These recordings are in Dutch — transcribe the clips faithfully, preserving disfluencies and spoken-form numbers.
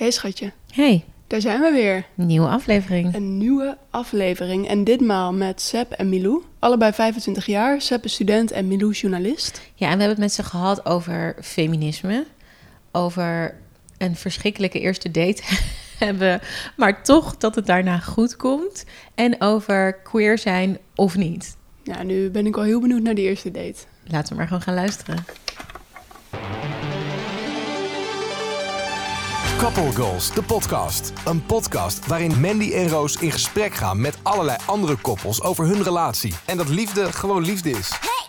Hey schatje. Hey. Daar zijn we weer. Nieuwe aflevering. Een nieuwe aflevering. En ditmaal met Seb en Milou. Allebei vijfentwintig jaar. Seb is student en Milou journalist. Ja, en we hebben het met ze gehad over feminisme. Over een verschrikkelijke eerste date hebben. Maar toch dat het daarna goed komt. En over queer zijn of niet. Ja, nu ben ik al heel benieuwd naar die eerste date. Laten we maar gewoon gaan luisteren. Couple Goals, de podcast. Een podcast waarin Mandy en Roos in gesprek gaan met allerlei andere koppels over hun relatie. En dat liefde gewoon liefde is. Hey!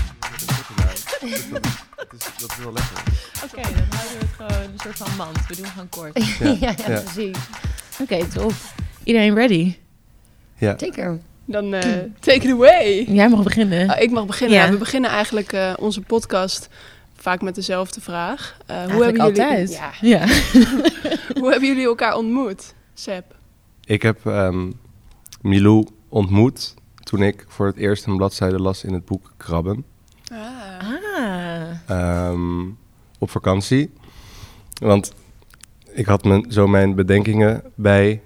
Dat is wel lekker. Oké, okay, dan houden we het gewoon een soort van mand. We doen gewoon kort. Ja, ja, ja, ja. Precies. Oké, okay, top. Iedereen ready? Ja. Zeker. Dan uh, take it away. Jij mag beginnen. Uh, ik mag beginnen. Ja. Ja, we beginnen eigenlijk uh, onze podcast vaak met dezelfde vraag. Uh, Eigenlijk hoe hebben jullie, altijd. Ja. Ja. Hoe hebben jullie elkaar ontmoet, Seb? Ik heb um, Milou ontmoet toen ik voor het eerst een bladzijde las in het boek Krabben. Ah. ah. Um, op vakantie. Want ik had mijn, zo mijn bedenkingen bij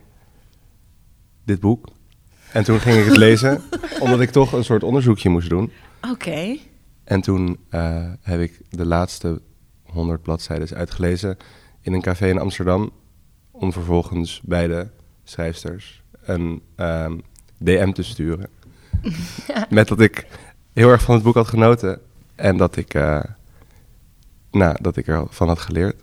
dit boek. En toen ging ik het lezen, omdat ik toch een soort onderzoekje moest doen. Oké. Okay. En toen uh, heb ik de laatste honderd bladzijden uitgelezen in een café in Amsterdam, om vervolgens beide schrijfsters een um, D M te sturen. Ja. Met dat ik heel erg van het boek had genoten en dat ik, uh, nou, dat ik ervan had geleerd.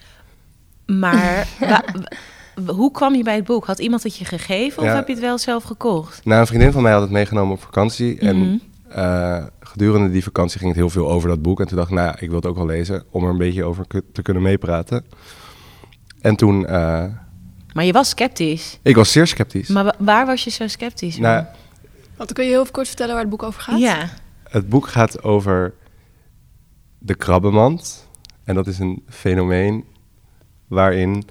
Maar wa- wa- hoe kwam je bij het boek? Had iemand het je gegeven of ja. heb je het wel zelf gekocht? Nou, een vriendin van mij had het meegenomen op vakantie. Mm-hmm. En uh, gedurende die vakantie ging het heel veel over dat boek. En toen dacht ik, nou ja, ik wil het ook wel lezen om er een beetje over k- te kunnen meepraten. En toen... Uh, maar je was sceptisch? Ik was zeer sceptisch. Maar wa- waar was je zo sceptisch? Nou, Want kun je heel kort vertellen waar het boek over gaat? Ja. Het boek gaat over de krabbenmand. En dat is een fenomeen waarin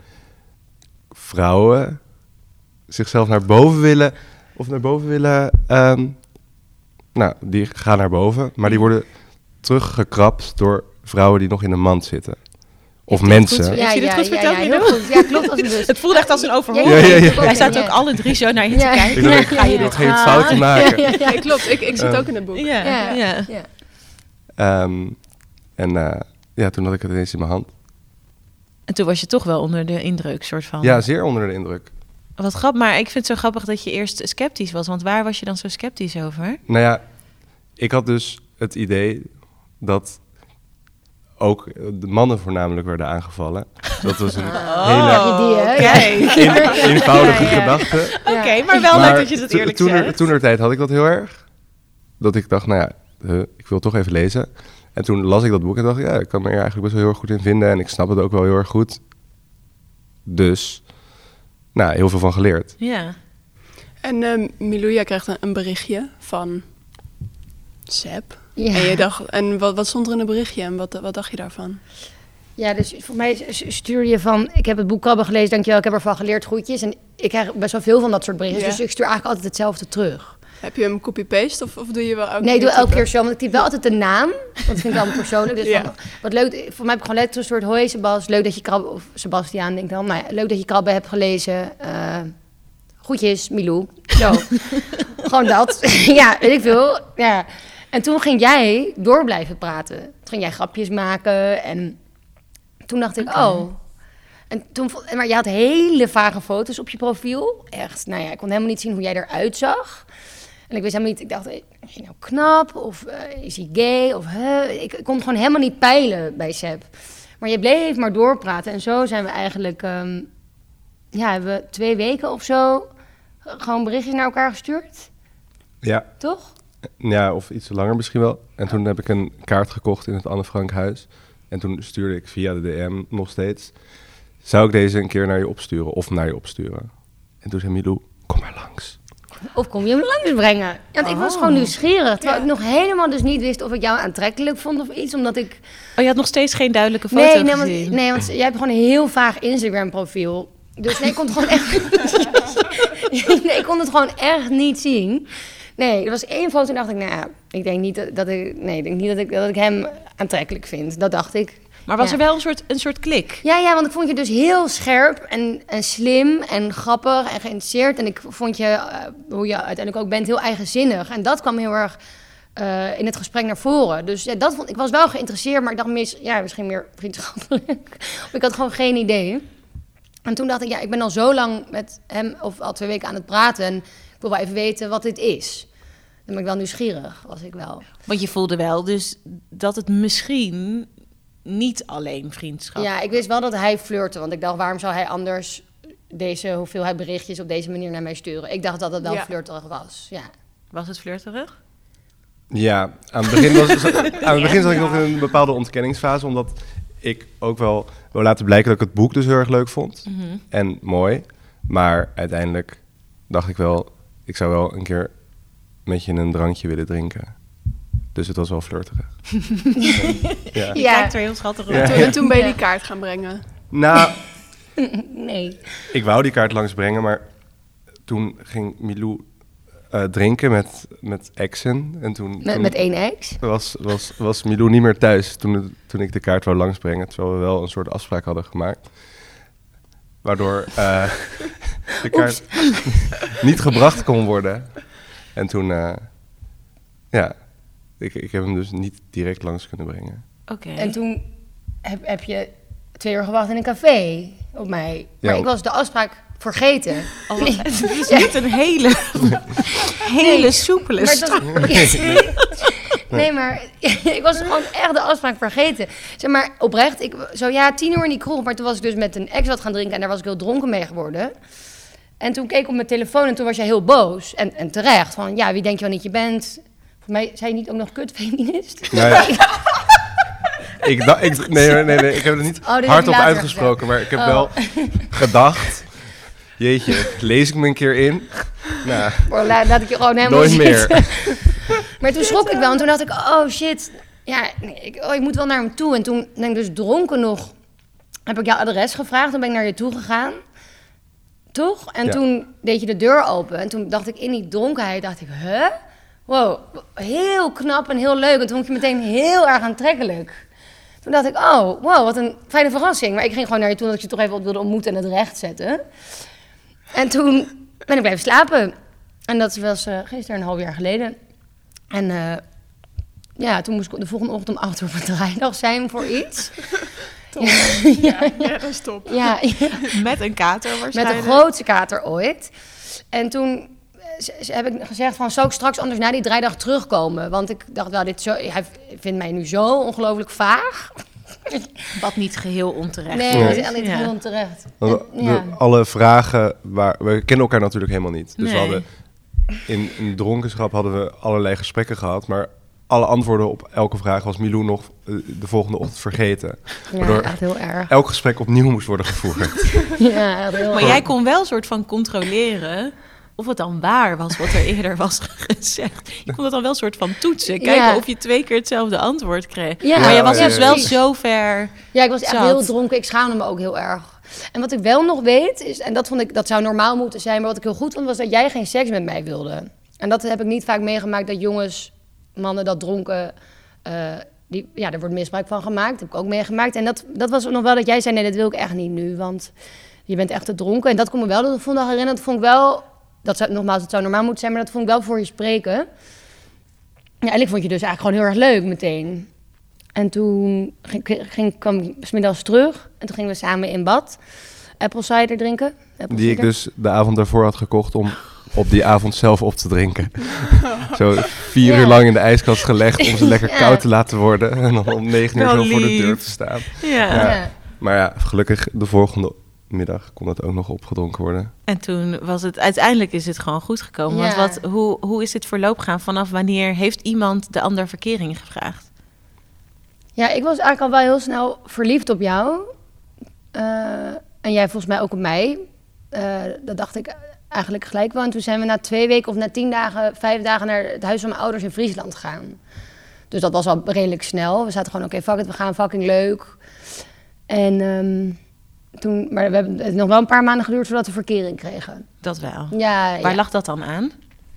vrouwen zichzelf naar boven willen... Of naar boven willen... Um, nou, die gaan naar boven. Maar die worden teruggekrapt door vrouwen die nog in een mand zitten. Of mensen. Goed, ja, heb je dit ja, goed ja, verteld? Ja, ja, heel goed. Ja, klopt. Als dus. Het voelde echt als een overhoring. Ja, ja, ja, ja. Wij zaten ook alle drie zo naar je te ja. kijken. Ik dacht, Ga je dit geen fouten maken. Ja, ja, ja. Ja, klopt. Ik, ik zit ook in het boek. Ja, ja. Ja. ja. Ja. Um, en uh, ja, toen had ik het ineens in mijn hand. En toen was je toch wel onder de indruk, soort van. Ja, zeer onder de indruk. Wat grappig, maar ik vind het zo grappig dat je eerst sceptisch was. Want waar was je dan zo sceptisch over? Nou ja, ik had dus het idee dat ook de mannen voornamelijk werden aangevallen. Dat was een oh, hele die, hè? okay. in, eenvoudige ja, ja. gedachte. Oké, okay, maar wel maar leuk dat je het eerlijk to, toen zegt. Er, toen er tijd had ik dat heel erg. Dat ik dacht, nou ja, uh, ik wil toch even lezen. En toen las ik dat boek en dacht ik, ja, ik kan me er eigenlijk best wel heel erg goed in vinden. En ik snap het ook wel heel erg goed. Dus, nou, heel veel van geleerd. Ja. En uh, Milou, jij krijgt een, een berichtje van Seb. Ja. En, je dacht, en wat, wat stond er in het berichtje en wat, wat dacht je daarvan? Ja, dus voor mij stuur je van... Ik heb het boek Krabben gelezen, dankjewel, ik heb ervan geleerd, groetjes. En ik krijg best wel veel van dat soort berichten. Ja. Dus ik stuur eigenlijk altijd hetzelfde terug. Heb je hem copy-paste of, of doe je wel elke Nee, ik keer doe elke typen? keer zo, want ik typ wel altijd de naam. Want dat vind ik wel persoonlijk. Dus Ja. van, wat leuk, voor mij heb ik gewoon letterlijk een soort... Hoi Sebas, leuk dat je Krabben... Of Sebastiaan, denk ik dan. Nou ja, leuk dat je Krabben hebt gelezen. Uh, groetjes, Milou. Zo. Gewoon dat. Ja, weet ik veel. Ja. En toen ging jij door blijven praten. Toen ging jij grapjes maken en toen dacht ik, okay. oh. En toen, maar je had hele vage foto's op je profiel. Echt, nou ja, ik kon helemaal niet zien hoe jij eruit zag. En ik wist helemaal niet, ik dacht, is hij nou knap? Of uh, is hij gay? Of, huh? Ik, ik kon het gewoon helemaal niet peilen bij Seb. Maar je bleef maar doorpraten. En zo zijn we eigenlijk, um, ja, hebben we twee weken of zo gewoon berichtjes naar elkaar gestuurd. Ja. Toch? Ja, of iets langer misschien wel. En toen heb ik een kaart gekocht in het Anne Frank huis. En toen stuurde ik via de D M nog steeds... Zou ik deze een keer naar je opsturen of naar je opsturen? En toen zei Milou, kom maar langs. Of kom je hem langs brengen? Want oh. ik was gewoon nieuwsgierig. Terwijl ja. ik nog helemaal dus niet wist of ik jou aantrekkelijk vond of iets. Omdat ik... Oh, je had nog steeds geen duidelijke foto nee, nee, gezien? Want, nee, want jij hebt gewoon een heel vaag Instagram profiel. Dus nee, ik kon het gewoon echt... nee, ik kon het gewoon echt niet zien. Nee, er was één foto en dacht ik, nou ja, ik denk niet dat, dat ik... Nee, ik denk niet dat ik, dat ik hem aantrekkelijk vind. Dat dacht ik. Maar was Ja. er wel een soort, een soort klik? Ja, ja, want ik vond je dus heel scherp en, en slim en grappig en geïnteresseerd. En ik vond je, uh, hoe je uiteindelijk ook bent, heel eigenzinnig. En dat kwam heel erg uh, in het gesprek naar voren. Dus ja, dat vond, ik was wel geïnteresseerd, maar ik dacht mis, ja, misschien meer vriendschappelijk. Of ik had gewoon geen idee. En toen dacht ik, ja, ik ben al zo lang met hem, of al twee weken aan het praten. En ik wil wel even weten wat dit is. Dan ben ik wel nieuwsgierig, was ik wel. Want je voelde wel dus dat het misschien niet alleen vriendschap... Ja, ik wist wel dat hij flirte. Want ik dacht, waarom zou hij anders deze hoeveelheid berichtjes op deze manier naar mij sturen? Ik dacht dat het wel Ja. flirterig was. Ja. Was het flirterig? Ja, aan het begin, was, aan het begin zat ik nog in een bepaalde ontkenningsfase, omdat ik ook wel wil laten blijken dat ik het boek dus heel erg leuk vond. Mm-hmm. En mooi. Maar uiteindelijk dacht ik wel, ik zou wel een keer met je een drankje willen drinken. Dus het was wel flirterig. ja. Je Ja. kijkt er heel schattig op. Ja. Toen, en toen ben je die Ja. kaart gaan brengen. Nou, Nee. ik wou die kaart langsbrengen, maar toen ging Milou uh, drinken met, met exen. En toen, Met, toen met één ex. was, was, was Milou niet meer thuis toen, het- toen ik de kaart wou langsbrengen. Terwijl we wel een soort afspraak hadden gemaakt. Waardoor uh, de kaart niet gebracht kon worden. En toen, uh, ja, ik, ik heb hem dus niet direct langs kunnen brengen. Oké. En toen heb, heb je twee uur gewacht in een café op mij. Maar Ja. ik was de afspraak vergeten. Oh, het is niet een hele, hele Nee. soepele Maar start. dat- nee, maar ik was gewoon echt de afspraak vergeten. Zeg maar, oprecht, ik, zo ja, tien uur in die kroeg. Maar toen was ik dus met een ex wat gaan drinken en daar was ik heel dronken mee geworden. En toen keek ik op mijn telefoon en toen was jij heel boos. En, en terecht, van ja, wie denk je wel niet je bent? Voor mij zei je niet ook nog kutfeminist? Nou ja, ik, da- ik, nee, nee, nee, nee, ik heb het niet Oh, dit heb je hardop later uitgesproken, maar ik heb Oh. wel gedacht... Jeetje, lees ik me een keer in? Nou, Bro, laat, laat ik je gewoon helemaal nooit meer. zitten. Maar toen schrok ik wel en toen dacht ik, oh shit. Ja, nee, ik, oh, ik moet wel naar hem toe. En toen ben ik dus dronken nog. Heb ik jouw adres gevraagd, toen ben ik naar je toe gegaan. Toch? En Ja. toen deed je de deur open. En toen dacht ik in die dronkenheid, dacht ik, huh? Wow, heel knap en heel leuk. En toen vond ik je meteen heel erg aantrekkelijk. Toen dacht ik, oh, wow, wat een fijne verrassing. Maar ik ging gewoon naar je toe, omdat ik je toch even wat wilde ontmoeten en het recht zetten. En toen ben ik blijven slapen. En dat was uh, gisteren een half jaar geleden. En uh, ja, toen moest ik de volgende ochtend om acht uur op een draaidag zijn voor iets. Top. Ja, ja, Ja, dat is top. ja, ja. Met een kater Met waarschijnlijk. de grootste kater ooit. En toen z- z- heb ik gezegd van, zou ik straks anders na die draaidag terugkomen? Want ik dacht wel, dit zo, hij vindt mij nu zo ongelooflijk vaag. Wat niet geheel onterecht Nee, Ja. dat is echt niet Ja. heel onterecht. Want En, de- ja. alle vragen, waar, we kennen elkaar natuurlijk helemaal niet. Dus Nee. we hadden in, in dronkenschap hadden we allerlei gesprekken gehad, maar alle antwoorden op elke vraag was Milou nog eh, de volgende ochtend vergeten. Ja, Waardoor echt heel erg. elk gesprek opnieuw moest worden gevoerd. Ja, echt heel Maar erg. jij kon wel een soort van controleren of het dan waar was wat er eerder was gezegd. Je kon het dan wel een soort van toetsen. Kijken Ja. of je twee keer hetzelfde antwoord kreeg. Ja, maar jij was ja, dus ja, wel ja. zo ver... Ja, ik was echt Zat. heel dronken. Ik schaamde me ook heel erg. En wat ik wel nog weet, is, en dat vond ik, dat zou normaal moeten zijn, maar wat ik heel goed vond, was dat jij geen seks met mij wilde. En dat heb ik niet vaak meegemaakt, dat jongens, mannen dat dronken, uh, die, ja, er wordt misbruik van gemaakt. Dat heb ik ook meegemaakt. En dat, dat was nog wel dat jij zei, nee, dat wil ik echt niet nu, want je bent echt te dronken. En dat kon me wel de volgende dag herinneren. Dat vond ik wel, dat zou, nogmaals, het zou normaal moeten zijn, maar dat vond ik wel voor je spreken. Ja, en ik vond je dus eigenlijk gewoon heel erg leuk meteen. En toen ging, ging, kwam ik 's middags terug. En toen gingen we samen in bad. Apple cider drinken. Apple Die ik cider. dus de avond daarvoor had gekocht om op die avond zelf op te drinken. Zo vier Ja. uur lang in de ijskast gelegd om ze lekker Ja. koud te laten worden. En dan om negen uur Wel zo voor de lief. deur te staan. Ja. Ja. Ja. Maar ja, gelukkig de volgende middag kon dat ook nog opgedronken worden. En toen was het... Uiteindelijk is het gewoon goed gekomen. Ja. Want wat, hoe, hoe is dit verloop gaan? Vanaf wanneer heeft iemand de ander verkering gevraagd? Ja, ik was eigenlijk al wel heel snel verliefd op jou. Uh, en jij volgens mij ook op mij. Uh, dat dacht ik eigenlijk gelijk wel. En toen zijn we na twee weken of na tien dagen, vijf dagen naar het huis van mijn ouders in Friesland gegaan. Dus dat was al redelijk snel. We zaten gewoon, oké, okay, fuck it, we gaan, fucking leuk. En um, toen, maar we hebben het nog wel een paar maanden geduurd voordat we verkering kregen. Dat wel. Ja, Waar ja. lag dat dan aan?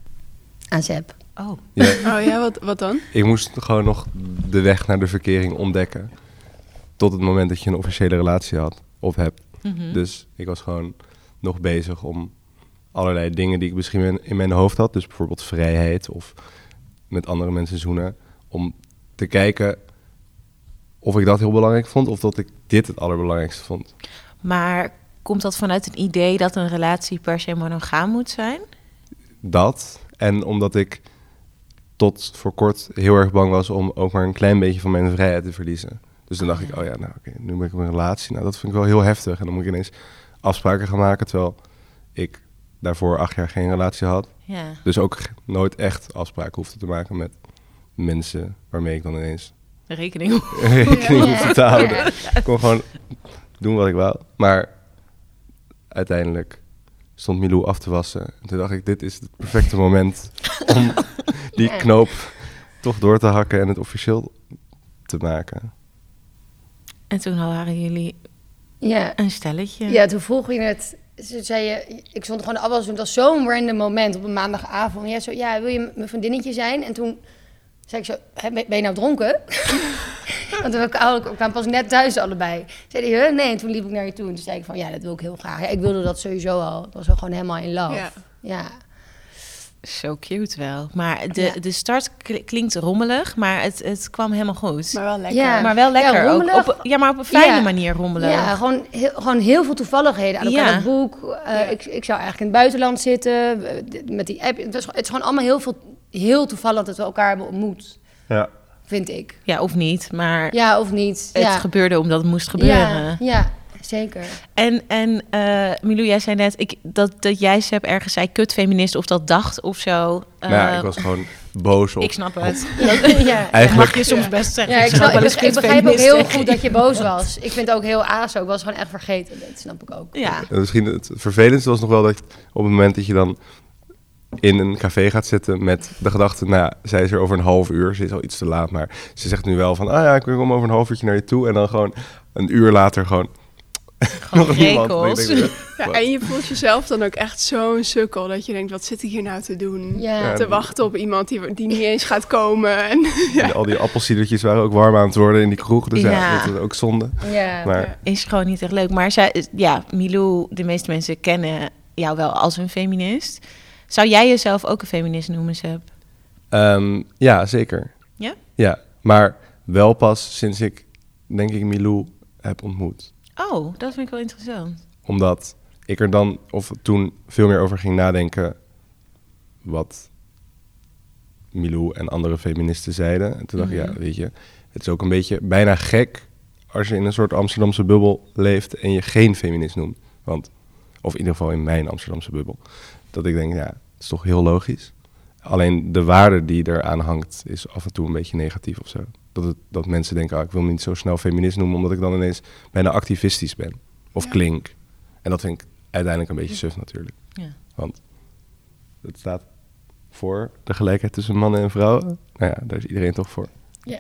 Aan Zep. Oh. Ja, Oh ja, wat, wat dan? ik moest gewoon nog de weg naar de verkering ontdekken. tot het moment dat je een officiële relatie had of hebt. Mhm. Dus ik was gewoon nog bezig om allerlei dingen die ik misschien in, in mijn hoofd had. Dus bijvoorbeeld vrijheid of met andere mensen zoenen. Om te kijken of ik dat heel belangrijk vond of dat ik dit het allerbelangrijkste vond. Maar komt dat vanuit een idee dat een relatie per se monogaam moet zijn? Dat. En omdat ik tot voor kort heel erg bang was om ook maar een klein beetje van mijn vrijheid te verliezen. Dus toen dacht ik, oh ja, nou oké, nu ben ik in een relatie. Nou, dat vind ik wel heel heftig. En dan moet ik ineens afspraken gaan maken, terwijl ik daarvoor acht jaar geen relatie had. Ja. Dus ook nooit echt afspraken hoefde te maken met mensen waarmee ik dan ineens Rekening. rekening Ja. hoefde te houden. Ik kon gewoon doen wat ik wou. Maar uiteindelijk stond Milou af te wassen. En toen dacht ik, dit is het perfecte moment om die Ja. knoop toch door te hakken en het officieel te maken. En toen waren jullie Ja. een stelletje. Ja, toen vroeg je het. Ze zei je, ik stond gewoon de afwas. Het was zo'n random moment op een maandagavond. Ja, zo, ja, wil je mijn vriendinnetje zijn? En toen zei ik zo, "Hè, ben ben je nou dronken? Want we kwamen pas net thuis allebei. Zei hij, huh? Nee. En toen liep ik naar je toe. En toen zei ik van, ja, dat wil ik heel graag. Ja, ik wilde dat sowieso al. Ik was wel gewoon helemaal in love. Ja. Ja. Zo cute wel. Maar de, Ja. de start kl- klinkt rommelig, maar het, het kwam helemaal goed. Maar wel lekker. Ja. Maar wel lekker. Ja, ook rommelig. op, ja, maar op een fijne Ja. manier rommelig. Ja, gewoon heel, gewoon heel veel toevalligheden aan elkaar. Ja. Dat boek. Uh, ik, ik zou eigenlijk in het buitenland zitten. uh, dit- Met die app. Het is, het is gewoon allemaal heel, veel, heel toevallig dat we elkaar hebben ontmoet. Ja. Vind ik. Ja, of niet, maar Ja, of niet. het ja. gebeurde omdat het moest gebeuren. Ja, ja, zeker. En, en eh Milou, jij zei net ik, dat, dat jij Seb ergens zei kutfeminist of dat dacht of zo. Maar ja, Eh, ik was gewoon boos op. ik snap het. ja. Eigenlijk- Mag je soms best zeggen. Ja, ik, ik snap snap, wel ik, eens ik begrijp ook kutfeminist heel zeggen. goed dat je boos was. Ik vind het ook heel aso. Ik was gewoon echt vergeten. Dat snap ik ook. Ja, En misschien het vervelendste was nog wel dat op het moment dat je dan in een café gaat zitten met de gedachte, nou ja, zij is er over een half uur, ze is al iets te laat, maar ze zegt nu wel van, ah ja, ik kom over een half uurtje naar je toe en dan gewoon een uur later gewoon gewoon nog niemand. rekels. Ik denk, Ja, wat? en je voelt jezelf dan ook echt zo'n sukkel dat je denkt, wat zit ik hier nou te doen? Ja. Ja. Te wachten op iemand die, die niet eens gaat komen. En, ja. En al die appelsiedertjes waren ook warm aan het worden in die kroeg, dus ja, Ja. dat is ook zonde. Ja. Maar Ja. Is gewoon niet echt leuk. Maar zij, ja, Milou, de meeste mensen kennen jou wel als een feminist. Zou jij jezelf ook een feminist noemen, Seb? ehm, ja, zeker. Ja? Ja, maar wel pas sinds ik, denk ik, Milou heb ontmoet. Oh, dat vind ik wel interessant. Omdat ik er dan, of toen, veel meer over ging nadenken wat Milou en andere feministen zeiden. En toen dacht ik, ja, Mhm. weet je, het is ook een beetje bijna gek als je in een soort Amsterdamse bubbel leeft en je geen feminist noemt. Want, of in ieder geval in mijn Amsterdamse bubbel. Dat ik denk, ja, het is toch heel logisch. Alleen de waarde die eraan hangt is af en toe een beetje negatief of zo. Dat, het, dat mensen denken, ah, ik wil me niet zo snel feminist noemen, omdat ik dan ineens bijna activistisch ben. Of Ja. klink. En dat vind ik uiteindelijk een beetje suf natuurlijk. Ja. Want het staat voor de gelijkheid tussen mannen en vrouwen. Nou ja, daar is iedereen toch voor.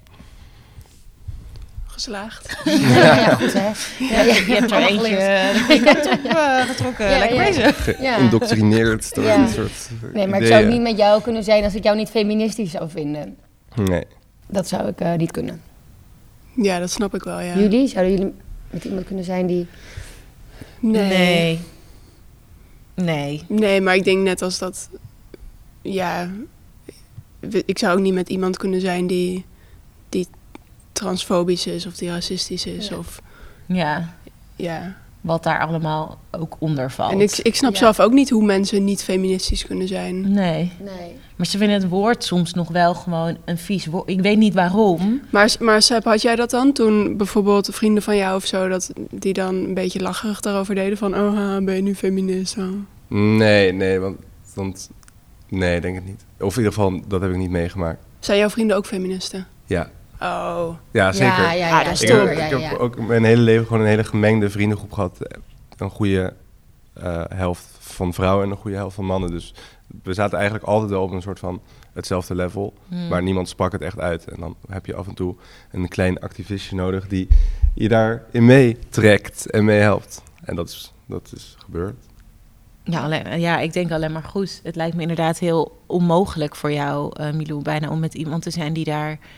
Geslaagd. Ja, ja, goed hè. Ja, ja, Je hebt er allemaal eentje geleerd. de kant op uh, getrokken. Ja, Lekker ja. bezig. Ja. Geïndoctrineerd door Ja. een soort Nee, maar ik ideeën. zou het niet met jou kunnen zijn als ik jou niet feministisch zou vinden. Nee. Dat zou ik eh, niet kunnen. Ja, dat snap ik wel, ja. Jullie? Zouden jullie met iemand kunnen zijn die... Nee. Nee. Nee. Nee, maar ik denk net als dat... Ja, we- ik zou ook niet met iemand kunnen zijn die, die transfobisch is of die racistisch is. Ja. Of, Ja, ja. wat daar allemaal ook onder valt. En ik, ik snap Ja. zelf ook niet hoe mensen niet feministisch kunnen zijn. Nee. Nee. Maar ze vinden het woord soms nog wel gewoon een vies woord. Ik weet niet waarom. Maar, maar Seb, had jij dat dan toen bijvoorbeeld vrienden van jou of zo, dat die dan een beetje lacherig daarover deden van, oh, ha, ben je nu feminist? Oh. Nee, nee, want, want... Nee, denk het niet. Of in ieder geval, dat heb ik niet meegemaakt. Zijn jouw vrienden ook feministen? Ja, Oh. ja zeker. Ja, ja, Ah, ja, dat is Ik top. heb, zeker, ja, ik heb ja, ja. ook mijn hele leven gewoon een hele gemengde vriendengroep gehad. Een goede eh, helft van vrouwen en een goede helft van mannen. Dus we zaten eigenlijk altijd wel op een soort van hetzelfde level. Hmm. Maar niemand sprak het echt uit. En dan heb je af en toe een klein activistje nodig die je daarin meetrekt en meehelpt. En dat is, dat is gebeurd. Ja, alleen, ja, ik denk alleen maar goed. Het lijkt me inderdaad heel onmogelijk voor jou, eh Milou, bijna om met iemand te zijn die daar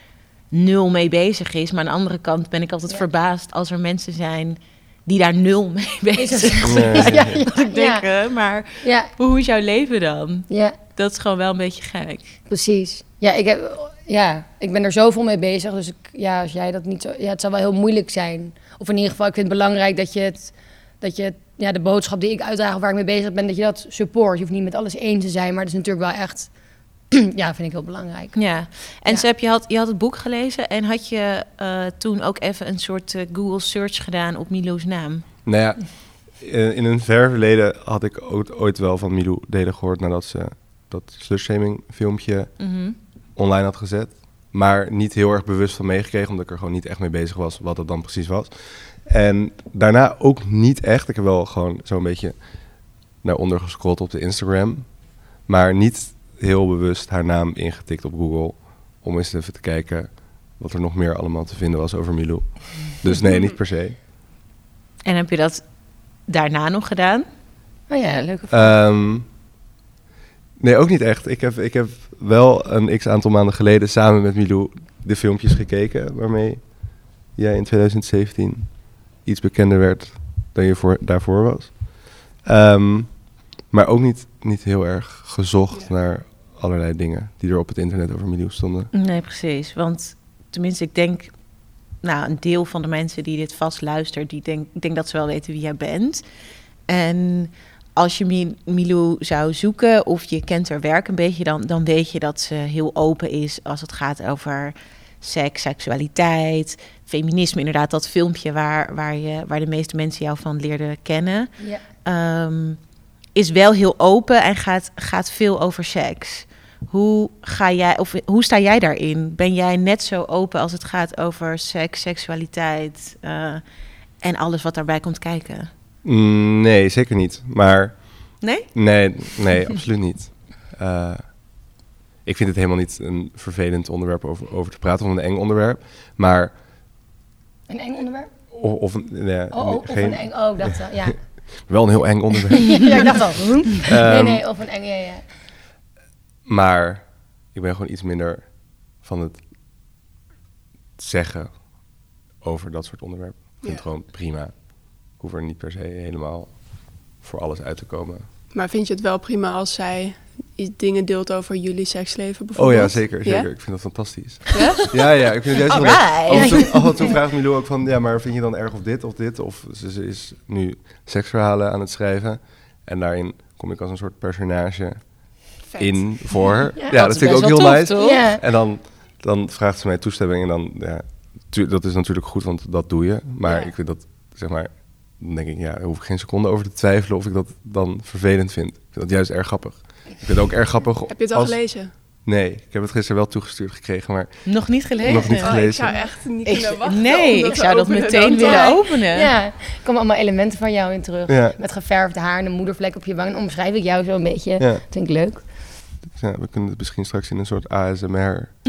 nul mee bezig is. Maar aan de andere kant ben ik altijd Ja. verbaasd als er mensen zijn die daar nul mee bezig zijn. Nee. Ja, ja, Dat ik denk, ja, hè, maar ja, hoe is jouw leven dan? ja, Dat is gewoon wel een beetje gek. precies. Ja, ik heb, ja, ik ben er zoveel mee bezig. Dus ik, ja, als jij dat niet zo... Ja, het zal wel heel moeilijk zijn. Of in ieder geval, ik vind het belangrijk dat je het... Dat je het, ja, de boodschap die ik uitdraag, waar ik mee bezig ben, dat je dat support. Je hoeft niet met alles eens te zijn, maar het is natuurlijk wel echt... ja, vind ik heel belangrijk. Ja, en Ja. Seb, je had, je had het boek gelezen en had je uh, toen ook even een soort uh, Google search gedaan op Milou's naam? Nou ja, in in een ver verleden had ik ooit, ooit wel van Milou Delen gehoord nadat ze dat slutshaming filmpje Mm-hmm. online had gezet. Maar niet heel erg bewust van meegekregen, omdat ik er gewoon niet echt mee bezig was wat het dan precies was. En daarna ook niet echt. Ik heb wel gewoon zo'n beetje naar onder gescrolld op de Instagram. Maar niet heel bewust haar naam ingetikt op Google. Om eens even te kijken wat er nog meer allemaal te vinden was over Milou. Dus nee, niet per se. En heb je dat daarna nog gedaan? Oh ja, leuke vraag. Ehm, nee, ook niet echt. Ik heb, ik heb wel een x-aantal maanden geleden samen met Milou de filmpjes gekeken... waarmee jij in twintig zeventien iets bekender werd dan je voor, daarvoor was. Ehm, maar ook niet, niet heel erg gezocht Ja. naar allerlei dingen die er op het internet over Milou stonden. Nee, precies. Want tenminste, ik denk... Nou, een deel van de mensen die dit vast luistert... die denk, ik denk dat ze wel weten wie jij bent. En als je Mi- Milou zou zoeken of je kent haar werk een beetje... Dan, dan weet je dat ze heel open is als het gaat over seks, seksualiteit... feminisme, inderdaad, dat filmpje waar, waar, je, waar de meeste mensen jou van leerden kennen... Ja. um, is wel heel open en gaat, gaat veel over seks. Hoe, ga jij, of hoe sta jij daarin? Ben jij net zo open als het gaat over seks, seksualiteit uh, en alles wat daarbij komt kijken? Mm, nee, zeker niet. Maar Nee? nee, nee absoluut niet. Uh, ik vind het helemaal niet een vervelend onderwerp over, over te praten... of een eng onderwerp, maar... Een eng onderwerp? Of, of een, nee, Oh, oh, of geen, een eng... Oh, ik dacht wel, ja. wel een heel eng onderwerp. ja, ik dacht al. Hm? nee, Ehm, nee, of een eng... Ja, ja. Maar ik ben gewoon iets minder van het zeggen over dat soort onderwerpen. Ik vind Ja. het gewoon prima. Ik hoef er niet per se helemaal voor alles uit te komen. Maar vind je het wel prima als zij i- dingen deelt over jullie seksleven Oh bijvoorbeeld? ja, zeker. zeker. Ja? Ik vind dat fantastisch. Ja? Ja, ja. Ik vind het juist wel leuk. Alright. Af en toe, af en toe vraagt Milou ook van... Ja, maar vind je dan erg of dit of dit? Of ze, ze is nu seksverhalen aan het schrijven. En daarin kom ik als een soort personage Vet. in voor haar. Ja, Ja, dat dat, is vind ik ook best heel wel tof, nice. toch? Ja. En dan, dan vraagt ze mij toestemming en dan, ja, tu- dat is natuurlijk goed, want dat doe je. Maar Ja. ik vind dat, zeg maar, dan denk ik, ja, daar hoef ik geen seconde over te twijfelen of ik dat dan vervelend vind. Ik vind dat juist erg grappig. Ik vind het ook erg grappig. Heb je het al als- gelezen? Nee, ik heb het gisteren wel toegestuurd gekregen, maar Nog niet gelezen? Nog niet Oh, ik gelezen. zou echt niet Ik- kunnen wachten. nee, om ik zou te dat openen meteen dan. willen Ja. openen. Ja, er komen allemaal elementen van jou in terug. Ja. Met geverfd haar en een moedervlek op je wang. Dan omschrijf ik jou zo een beetje. Ja. Dat vind ik leuk. ja, we kunnen het misschien straks in een soort A S M R. Een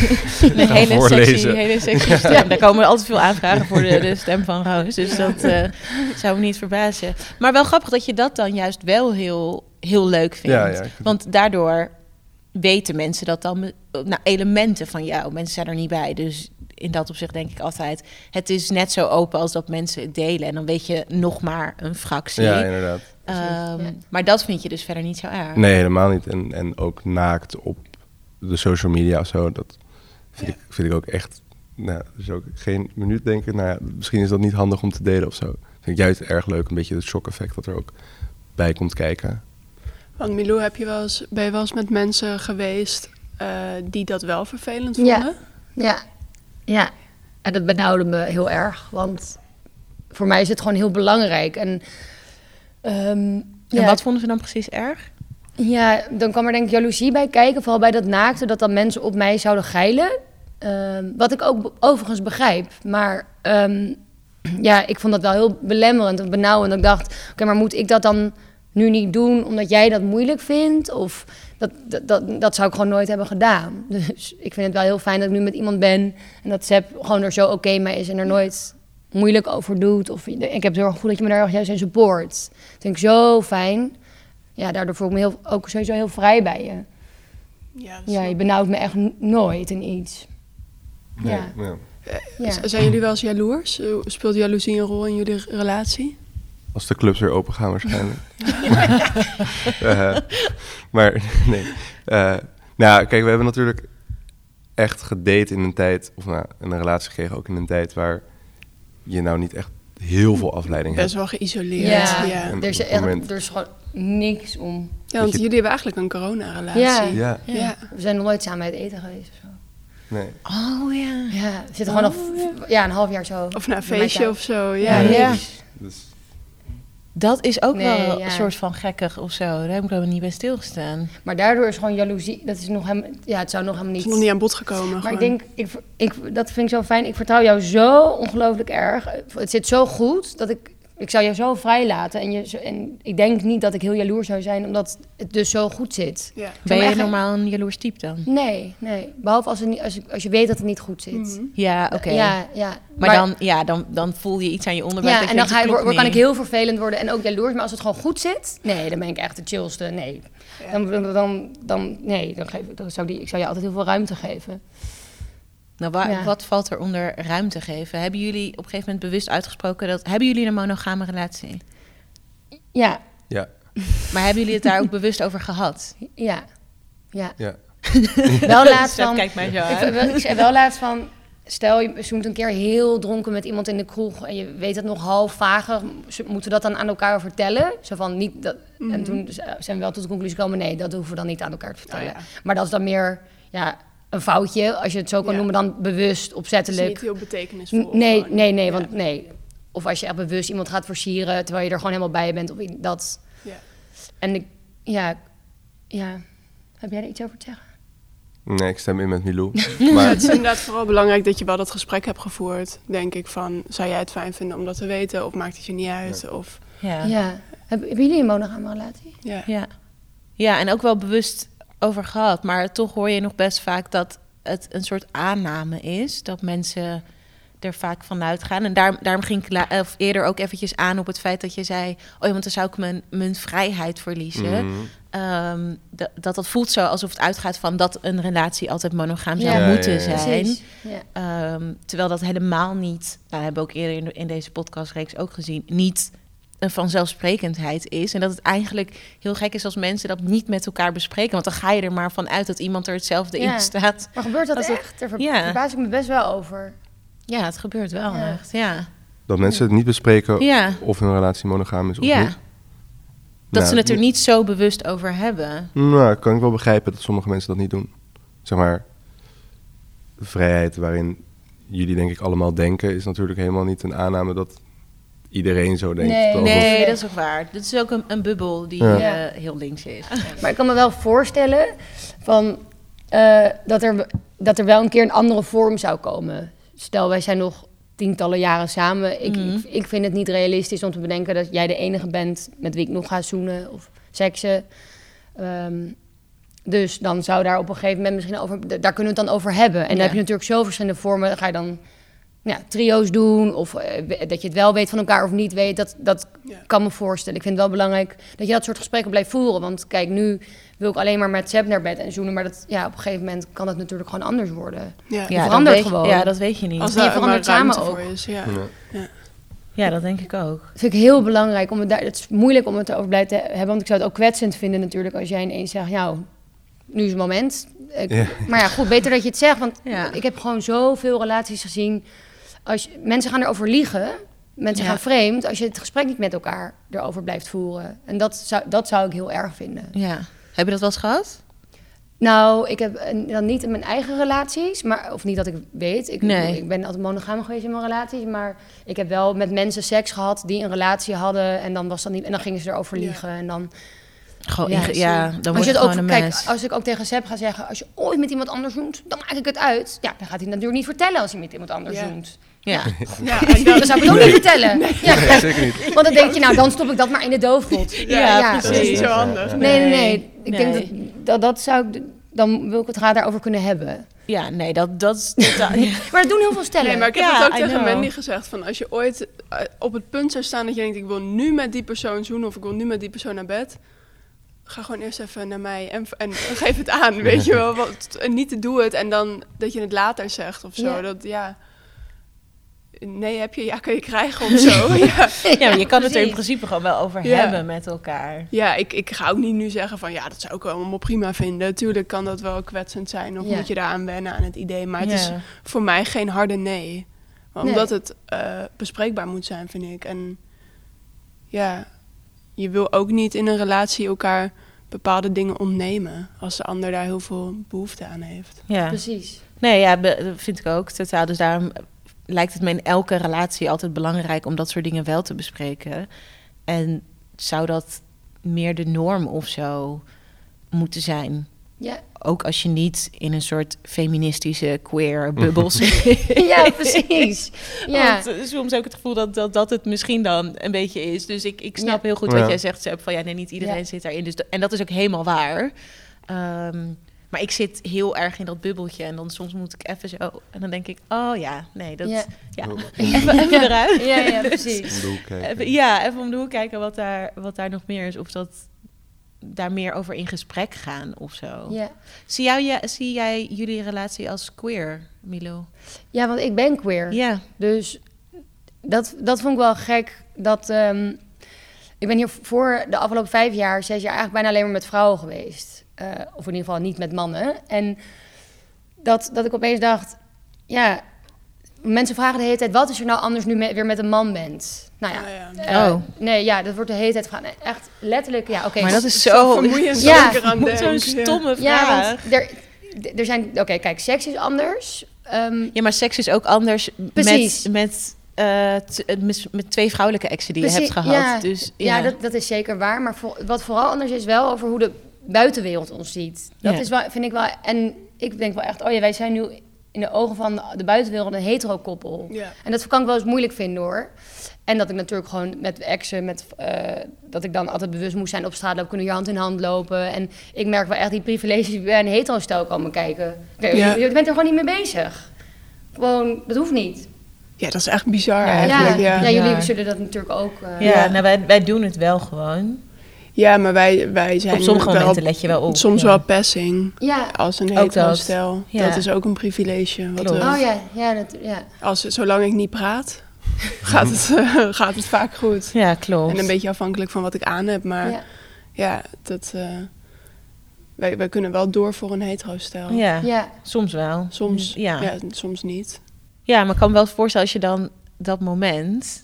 hele sexy, voorlezen. hele sexy stem. Daar komen altijd veel aanvragen voor de, de stem van Roos. Dus dat uh, zou me niet verbazen. Maar wel grappig dat je dat dan juist wel heel, heel leuk vindt. Ja, ja, ik vind Want daardoor weten mensen dat dan... me- Nou, elementen van jou. Mensen zijn er niet bij. Dus in dat opzicht denk ik altijd... Het is net zo open als dat mensen het delen. En dan weet je nog maar een fractie. Ja, inderdaad. Ehm, Ja. Maar dat vind je dus verder niet zo erg. Nee, helemaal niet. En, en ook naakt op de social media of zo. Dat vind, Ja. ik, vind ik ook echt... Nou, dus ook geen minuut denken. Nou ja, misschien is dat niet handig om te delen of zo. Vind ik juist erg leuk. Een beetje het shock-effect dat er ook bij komt kijken. Want Milou, heb je wel eens, ben je wel eens met mensen geweest uh, die dat wel vervelend Ja. vonden? Ja. Ja. En dat benauwde me heel erg. Want voor mij is het gewoon heel belangrijk. En, ehm, En ja, wat vonden ze dan precies erg? Ja, dan kwam er denk ik jaloezie bij kijken. Vooral bij dat naakte, dat dan mensen op mij zouden geilen. Ehm, wat ik ook be- overigens begrijp. Maar ehm, ja, ik vond dat wel heel belemmerend en benauwend. Ik dacht, oké, maar moet ik dat dan nu niet doen omdat jij dat moeilijk vindt? Of dat, dat, dat, dat zou ik gewoon nooit hebben gedaan. Dus ik vind het wel heel fijn dat ik nu met iemand ben. En dat Seb gewoon er zo oké mee is en er nooit moeilijk over doet. Of ik heb het heel erg goed dat je me daar juist in support. Dat vind ik zo fijn. Ja, daardoor voel ik me heel, ook sowieso heel vrij bij je. Ja, dat Ja, snap je ik. benauwt me echt n- nooit in iets. Nee, Ja. ja. Ja. Z- Zijn jullie wel eens jaloers? Uh, Speelt jaloezie een rol in jullie relatie? Als de clubs weer open gaan waarschijnlijk. uh, maar nee. Uh, nou, kijk, we hebben natuurlijk echt gedate in een tijd... of nou, een relatie gekregen ook in een tijd... waar je nou niet echt heel veel afleiding Best hebt. wel geïsoleerd. Ja, Ja, ja. En er is, op het echt, moment- er is gewoon niks om. Ja, want je- jullie hebben eigenlijk een corona-relatie. Ja. Ja, Ja. Ja. We zijn nog nooit samen uit eten geweest of zo. nee. Oh ja. Ja, we zitten gewoon nog ja, een half jaar zo. Of naar een Bij mij feestje thuis. of zo. Ja, Ja, Ja. niks. Dus, Dat is ook Nee, wel ja. een soort van gekkig of zo. Daar heb ik helemaal niet bij stilgestaan. Maar daardoor is gewoon jaloezie. Dat is nog helemaal. Ja, het zou nog helemaal Het niet. is nog niet aan bod gekomen. Maar gewoon. ik denk, ik, ik, dat vind ik zo fijn. Ik vertrouw jou zo ongelooflijk erg. Het zit zo goed dat ik. Ik zou jou zo vrij laten. En, je, zo- en ik denk niet dat ik heel jaloers zou zijn, omdat het dus zo goed zit. Ja. Ben maar je echt- normaal een jaloers type dan? Nee, nee. Behalve als, het niet, als, als je weet dat het niet goed zit. Mhm. Ja, oké. Ja, ja. Maar, dan, ja, dan, dan voel je iets aan je onderbuik. Ja, dat en je dan denkt, ga je, het word, klopt kan ik niet. heel vervelend worden en ook jaloers. Maar als het gewoon goed zit, nee, dan ben ik echt de chillste. Nee, Ja. dan, dan, dan, dan, nee, dan, geef, ik- dan zou die, ik zou je altijd heel veel ruimte geven. Nou, wa- Ja. wat valt er onder ruimte geven? Hebben jullie op een gegeven moment bewust uitgesproken dat... Hebben jullie een monogame relatie? Ja, ja, Maar hebben jullie het daar ook bewust over gehad? ja, ja. ja. Wel laatst Stef van... kijkt mij zo Ik, aan. wel- ik zei wel laatst van... Stel, je zoent een keer heel dronken met iemand in de kroeg... en je weet het nog half vager. Moeten we dat dan aan elkaar vertellen? Zo van niet dat, Mhm. En toen zijn we wel tot de conclusie gekomen... nee, dat hoeven we dan niet aan elkaar te vertellen. Oh ja. Maar dat is dan meer ja, een foutje, als je het zo kan Ja. noemen... dan bewust, Het is opzettelijk. niet heel betekenisvol. N- Nee, gewoon. nee, nee, Ja. want nee. Of als je echt bewust iemand gaat versieren... terwijl je er gewoon helemaal bij bent. Of i- dat. Ja. En ik... Ja, ja... Heb jij er iets over te zeggen? Nee, ik stem in met Milou. Maar Maar het is inderdaad vooral belangrijk dat je wel dat gesprek hebt gevoerd, denk ik, van zou jij het fijn vinden om dat te weten of maakt het je niet uit? Of, Ja. Ja. Hebben, hebben jullie een monogame relatie? ja. Ja. Ja, en ook wel bewust over gehad. Maar toch hoor je nog best vaak dat het een soort aanname is. Dat mensen er vaak vanuit gaan. En daar, daarom ging ik la- of eerder ook eventjes aan op het feit dat je zei... oh ja, want dan zou ik mijn, mijn vrijheid verliezen. Mhm. Ehm, d- dat dat voelt zo alsof het uitgaat van dat een relatie altijd monogaam zou Ja. Ja, moeten ja, ja. zijn. Precies. Ja. Ehm, terwijl dat helemaal niet, nou, hebben we ook eerder in, de- in deze podcastreeks ook gezien, niet een vanzelfsprekendheid is. En dat het eigenlijk heel gek is als mensen dat niet met elkaar bespreken. Want dan ga je er maar van uit dat iemand er hetzelfde Ja. in staat. Maar gebeurt dat Als het- echt? Daar ver, Ja. verbaas ik me best wel over. Ja, het gebeurt wel Ja. echt. Ja. dat mensen het niet bespreken Ja. of hun relatie monogaam is of Ja. niet. Dat Nou, ze het er niet zo bewust over hebben. Nou, kan ik wel begrijpen dat sommige mensen dat niet doen. Zeg maar, de vrijheid waarin jullie denk ik allemaal denken... is natuurlijk helemaal niet een aanname dat iedereen zo denkt. Nee. Alsof- Nee, dat is ook waar. Dit is ook een, een bubbel die Ja. eh, heel links is. Maar ik kan me wel voorstellen van, eh, dat, er, dat er wel een keer een andere vorm zou komen. Stel, wij zijn nog tientallen jaren samen. Ik, Mhm. ik, ik vind het niet realistisch om te bedenken dat jij de enige bent met wie ik nog ga zoenen of seksen. Ehm, dus dan zou daar op een gegeven moment misschien over... Daar kunnen we het dan over hebben. En dan Ja. heb je natuurlijk zo verschillende vormen. Dan ga je dan ja, trio's doen of eh, dat je het wel weet van elkaar of niet weet. Dat, dat Ja. kan me voorstellen. Ik vind het wel belangrijk dat je dat soort gesprekken blijft voeren. Want kijk, nu wil ik alleen maar met Seb naar bed en zoenen. Maar dat, ja, op een gegeven moment kan dat natuurlijk gewoon anders worden. Ja. Ja, verandert dat weet je- gewoon. Ja, dat weet je niet. Als je daar verandert maar ruimte samen voor ook. is. Ja. Ja. Ja, dat denk ik ook. Dat vind ik heel belangrijk. Om het, daar, het is moeilijk om het erover blij te hebben. Want ik zou het ook kwetsend vinden natuurlijk als jij ineens zegt... nou, nu is het moment. Ik- Ja. Maar ja, goed, beter dat je het zegt. Want Ja. ik heb gewoon zoveel relaties gezien. Als je, mensen gaan erover liegen. Mensen Ja. gaan vreemd. Als je het gesprek niet met elkaar erover blijft voeren. En dat zou, dat zou ik heel erg vinden. Ja. Heb je dat wel eens gehad? Nou, ik heb eh, dan niet in mijn eigen relaties, maar, of niet dat ik weet. Ik, Nee. ik ben altijd monogaam geweest in mijn relaties, maar ik heb wel met mensen seks gehad die een relatie hadden en dan was dat niet en dan gingen ze erover Ja. liegen en dan. Gewoon, Ja, ja, ja, dan Als wordt je het het gewoon ook, een kijk, mes. als ik ook tegen Seb ga zeggen, als je ooit met iemand anders zoent, dan maak ik het uit. Ja, dan gaat hij het natuurlijk niet vertellen als hij met iemand anders Ja. zoent. Ja. Ja, en dan, Dan zou ik het ook niet vertellen. Ja. Nee, zeker niet. Want dan denk je, nou, dan stop ik dat maar in de doofpot. ja, precies. precies. Niet zo handig. Nee, nee, Nee. nee. Ik denk dat, Nee. dat dat zou ik, dan wil ik het graag daarover kunnen hebben. Ja, nee, dat, dat is totaal... ja. Maar dat doen heel veel stellen. Nee, maar ik heb Ja, het ook I tegen know. Mandy gezegd. Van als je ooit eh, op het punt zou staan dat je denkt... ik wil nu met die persoon zoenen of ik wil nu met die persoon naar bed... ga gewoon eerst even naar mij en, en geef het aan, weet je wel. Want, en niet te doe het en dan dat je het later zegt of zo. Ja. Dat, ja... Nee, heb je, ja, kun je krijgen of zo. ja. Ja, maar je kan het er in Precies. principe gewoon wel over Ja. hebben met elkaar. Ja, ik, ik ga ook niet nu zeggen van... ja, dat zou ik allemaal prima vinden. Tuurlijk kan dat wel kwetsend zijn... of Ja. moet je daaraan wennen aan het idee. Maar het Ja. is voor mij geen harde nee. Maar Nee. omdat het uh, bespreekbaar moet zijn, vind ik. En ja, je wil ook niet in een relatie elkaar... bepaalde dingen ontnemen... als de ander daar heel veel behoefte aan heeft. Ja. Precies. Nee, ja, be- dat vind ik ook totaal. Dus daarom lijkt het me in elke relatie altijd belangrijk om dat soort dingen wel te bespreken. En zou dat meer de norm of zo moeten zijn? Ja, Ook als je niet in een soort feministische queer bubbel zit. ja precies. Ja. Want eh, soms heb ik het gevoel dat, dat dat het misschien dan een beetje is. Dus ik, ik snap Ja. heel goed Ja. wat jij zegt, Seb, van ja, nee, niet iedereen Ja. zit daarin. Dus de- en dat is ook helemaal waar. Ehm, maar ik zit heel erg in dat bubbeltje en dan soms moet ik even zo... En dan denk ik, oh ja, nee, dat... Ja. Ja. Oh, Even, even Ja. eruit. Ja, ja, Dus precies. om de hoek kijken. even- ja, even om de hoek kijken wat daar, wat daar nog meer is. Of dat daar meer over in gesprek gaan of zo. Ja. Zie, jou, ja, zie jij jullie relatie als queer, Milo? ja, want ik ben queer. Ja. Dus dat, dat vond ik wel gek. Dat, ehm, ik ben hier voor de afgelopen vijf jaar, zes jaar eigenlijk bijna alleen maar met vrouwen geweest. Uh, of in ieder geval niet met mannen. En dat, dat ik opeens dacht, ja, mensen vragen de hele tijd, wat is er nou anders nu me- weer met een man bent? Nou ja. Nou ja. eh, Oh. Nee, ja, dat wordt de hele tijd gevraagd. Nee, echt letterlijk, ja, oké. Maar dat is Zo zo... vermoeiend Ja. als ik eraan denk. Zo'n Ja. stomme Ja, vraag. want er, er zijn... Oké, kijk, seks is anders. Ehm, Ja, maar seks is ook anders Precies. met, met, eh, t- eh, met, met twee vrouwelijke exen die je Precies, hebt gehad. ja. Dus, ja, ja, dat, dat is zeker waar. Maar voor, wat vooral anders is wel over hoe de buitenwereld ons ziet. Dat Ja. is wel, vind ik wel... En ik denk wel echt, oh ja, wij zijn nu in de ogen van de buitenwereld een hetero-koppel. Ja. En dat kan ik wel eens moeilijk vinden, hoor. En dat ik natuurlijk gewoon met exen, met, eh, dat ik dan altijd bewust moest zijn op straat lopen, kunnen je hand in hand lopen. En ik merk wel echt die privileges die bij een hetero-stel komen kijken. Kijk, Ja. je, je bent er gewoon niet mee bezig. Gewoon, dat hoeft niet. Ja, dat is echt bizar Ja, eigenlijk. ja, Ja, ja, ja. jullie zullen dat natuurlijk ook... eh, ja, Ja. nou, wij, wij doen het wel gewoon. maar wij, wij zijn Op sommige wel, momenten let je wel op. soms ja. wel passing. ja. Als een Ook dat. hetero-stel. Ja. Dat is ook een privilege. Wat, Klopt. eh, Oh ja, ja, dat, ja. als, zolang ik niet praat, gaat het, eh, gaat het vaak goed. Ja, klopt. En een beetje afhankelijk van wat ik aan heb. Maar ja, ja. dat, eh, wij, wij kunnen wel door voor een hetero-stel. Ja, ja. soms wel. Soms, Ja. ja. soms niet. Ja, maar ik kan me wel voorstellen als je dan dat moment...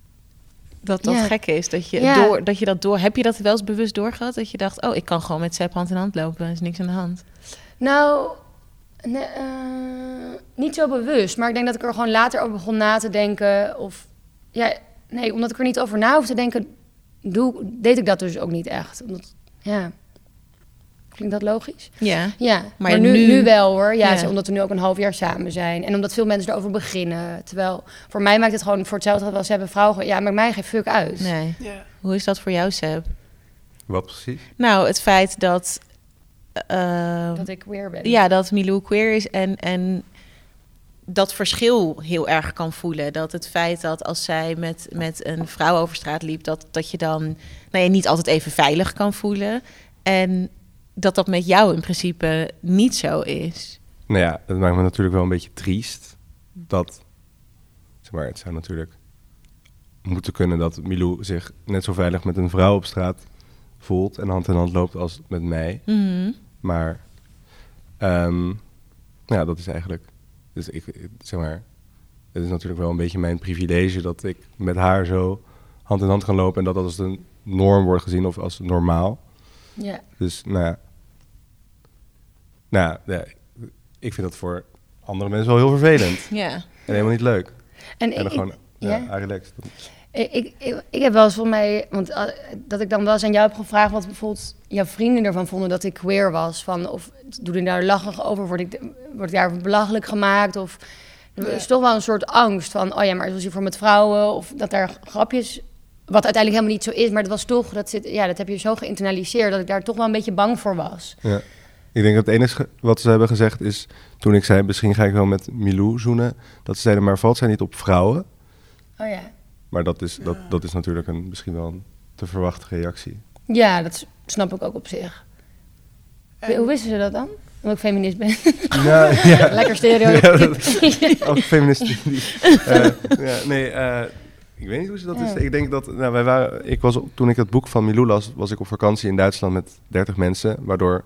dat dat Ja. gek is, dat je, Ja. door, dat je dat door... Heb je dat wel eens bewust doorgehad? Dat je dacht, oh, ik kan gewoon met Seb hand in hand lopen. Er is niks aan de hand. Nou, nee, eh, niet zo bewust. Maar ik denk dat ik er gewoon later over begon na te denken. Of, ja, nee, omdat ik er niet over na hoef te denken, doe, deed ik dat dus ook niet echt. Omdat, ja, klinkt dat logisch? Ja. Ja, maar, Maar nu, nu- nu wel hoor. Ja, Ja. omdat we nu ook een half jaar samen zijn. En omdat veel mensen erover beginnen. Terwijl, voor mij maakt het gewoon voor hetzelfde geld als ze hebben vrouwen. Ja, maakt mij geen fuck uit. Nee. Ja. Hoe is dat voor jou, Seb? Wat precies? Nou, het feit dat... eh, Dat ik queer ben. ja, dat Milou queer is en, en dat verschil heel erg kan voelen. Dat het feit dat als zij met, met een vrouw over straat liep... dat, dat je dan nou ja, niet altijd even veilig kan voelen. En dat dat met jou in principe niet zo is. Nou ja, het maakt me natuurlijk wel een beetje triest. Dat, zeg maar, het zou natuurlijk moeten kunnen dat Milou zich net zo veilig met een vrouw op straat voelt en hand in hand loopt als met mij. Mhm. Maar, ehm, nou ja, dat is eigenlijk, dus ik, ik- zeg maar, het is natuurlijk wel een beetje mijn privilege dat ik met haar zo hand in hand kan lopen en dat dat als een norm wordt gezien of als normaal. Ja. Dus, nou ja, nou ja, ja, ik vind dat voor andere mensen wel heel vervelend Ja. en helemaal niet leuk. En, En dan ik, gewoon, ja, ja? ah, relaxed. Ik, ik, ik, ik heb wel eens volgens mij, want uh, dat ik dan wel eens aan jou heb gevraagd wat bijvoorbeeld jouw vrienden ervan vonden dat ik queer was. Van, of doe ik daar lachig over? Word ik, word ik daar belachelijk gemaakt? Of er is toch wel een soort angst van, oh ja, maar zoals je voor met vrouwen of dat daar grapjes, wat uiteindelijk helemaal niet zo is, maar dat was toch, dat zit, ja, dat heb je zo geïnternaliseerd dat ik daar toch wel een beetje bang voor was. Ja. Ik denk dat het enige wat ze hebben gezegd is, toen ik zei, misschien ga ik wel met Milou zoenen, dat ze zeiden, maar valt zij niet op vrouwen? Oh ja. Maar dat is, dat, dat is natuurlijk een, misschien wel een te verwachte reactie. Ja, dat s- snap ik ook op zich. En- Hoe wisten ze dat dan? Omdat ik feminist ben. Nou, ja. Lekker stereo. Ja, dat- Ook feministen. die- eh, ja, nee, eh, ik weet niet hoe ze dat is. Ja. Ik denk dat, nou, wij waren, ik was, op- toen ik het boek van Milou las, was ik op vakantie in Duitsland met dertig mensen, waardoor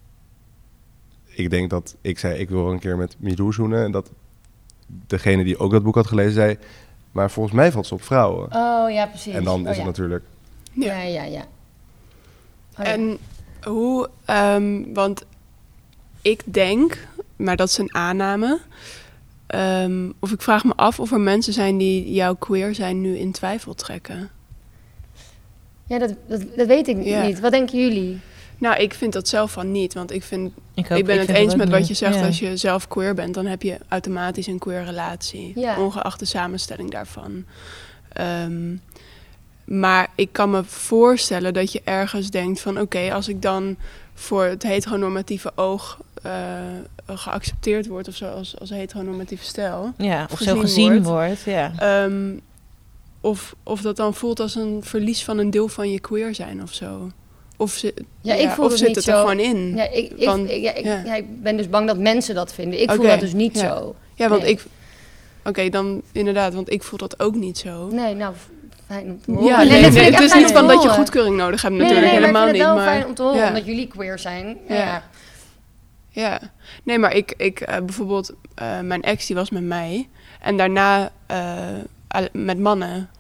ik denk dat ik zei, ik wil wel een keer met Milou zoenen, en dat degene die ook dat boek had gelezen zei, maar volgens mij valt ze op vrouwen. Oh ja, precies. En dan oh, is ja. het natuurlijk... Ja. Ja, ja, ja. Oh, ja. En hoe, ehm, want ik denk, maar dat is een aanname, ehm, of ik vraag me af of er mensen zijn die jouw queer zijn nu in twijfel trekken. Ja, dat, dat, dat weet ik Ja. niet. Wat denken jullie? Nou, ik vind dat zelf van niet, want ik vind, Ik, ook- ik ben het vind eens ook met wat niet. je zegt. Ja. Als je zelf queer bent, dan heb je automatisch een queer relatie, Ja. ongeacht de samenstelling daarvan. Ehm, maar ik kan me voorstellen dat je ergens denkt van, oké, als ik dan voor het heteronormatieve oog uh, geaccepteerd word of zo als, als heteronormatieve stijl. Ja, of gezien zo gezien wordt. wordt. Ja. Um, of, of dat dan voelt als een verlies van een deel van je queer zijn of zo. Of, zit, Ja, ik voel of het zit niet het zo. er gewoon in. Ja, ik, ik, Van- ik, ja, ik, ja. ja, ik ben dus bang dat mensen dat vinden. Ik voel Oké, dat dus niet ja. zo. Ja, want Nee. ik... Oké, dan inderdaad, want ik voel dat ook niet zo. Nee, nou, f- fijn om te horen. Ja, nee, dat nee, vind ik het echt is fijn niet om van te dat je horen. goedkeuring nodig hebt Nee, natuurlijk, nee, nee, helemaal maar ik vind niet. het wel Maar, fijn om te horen, ja. omdat jullie queer zijn. Ja. Ja. Ja. Ja, nee, maar ik, ik uh, bijvoorbeeld, uh, mijn ex die was met mij en daarna uh, met mannen.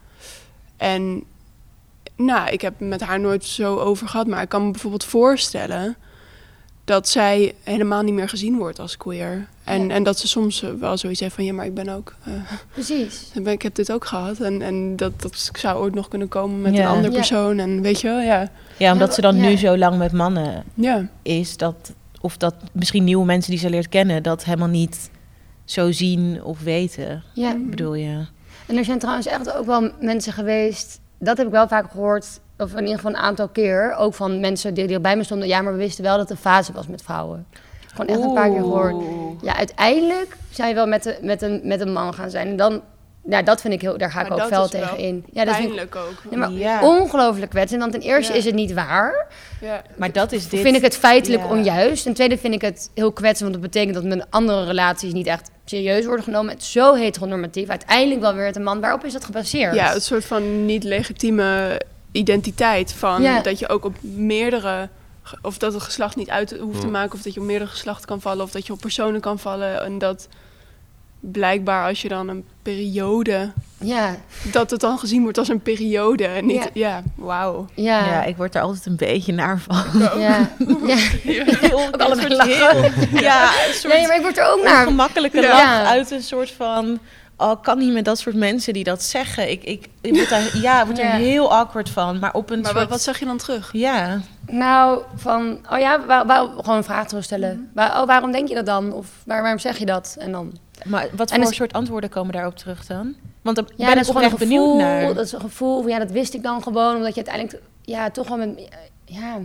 En nou, ik heb met haar nooit zo over gehad, maar ik kan me bijvoorbeeld voorstellen dat zij helemaal niet meer gezien wordt als queer. En, Ja. en dat ze soms uh, wel zoiets heeft van, ja, maar ik ben ook, uh, Precies. ik heb dit ook gehad. En, en dat, dat zou ooit nog kunnen komen met Ja. een andere Ja. persoon. En weet je wel, ja. ja, omdat Ja, ze dan ja. nu zo lang met mannen Ja, is, dat, of dat misschien nieuwe mensen die ze leert kennen, dat helemaal niet zo zien of weten, Ja. bedoel je? En er zijn trouwens echt ook wel mensen geweest, dat heb ik wel vaak gehoord, of in ieder geval een aantal keer, ook van mensen die, die er bij me stonden. Ja, maar we wisten wel dat er een fase was met vrouwen. Gewoon echt een paar keer gehoord. Ja, uiteindelijk zou je wel met, de, met, een, met een man gaan zijn. En dan, ja, dat vind ik heel, daar ga ik Maar ook dat fel is wel tegen in. Ja, dat vind ik pijnlijk ook. nee, maar Ja. ongelooflijk kwetsend. Want ten eerste Ja. is het niet waar. Ja. Maar dat is dit. Vind ik het feitelijk Ja. onjuist. Ten tweede vind ik het heel kwetsend. Want dat betekent dat mijn andere relaties niet echt serieus worden genomen. Het is zo heteronormatief. Uiteindelijk wel weer met een man. Waarop is dat gebaseerd? Ja, het soort van niet legitieme identiteit van Ja. dat je ook op meerdere, ge- of dat het geslacht niet uit hoeft te Hmm. maken, of dat je op meerdere geslachten kan vallen, of dat je op personen kan vallen. En dat blijkbaar als je dan een periode, Ja, dat het dan gezien wordt als een periode en niet, Ja. ja, wauw. ja, Ja, ik word er altijd een beetje naar van. ja. ja. Heel, Ook allebei een soort lachen. heel- ja, een soort Nee, maar ik word er ook naar. ongemakkelijke Ja. lach Ja. uit een soort van... Oh, ik kan niet met dat soort mensen die dat zeggen. Ik, ik, ik word daar, ja, ik word er Ja. heel awkward van. Maar op een Maar soort... wat, wat zeg je dan terug? Ja, Nou, van, oh ja, waar, waar, gewoon een vraag terugstellen. Waar, oh, waarom denk je dat dan? Of waar, waarom zeg je dat? En dan... maar wat En voor is- soort antwoorden komen daarop terug dan? Want daar Ja, ben dat ik is gewoon een oprecht benieuwd gevoel. naar. Dat is een gevoel. van, Ja, dat wist ik dan gewoon. Omdat je uiteindelijk ja, toch wel met... Ja,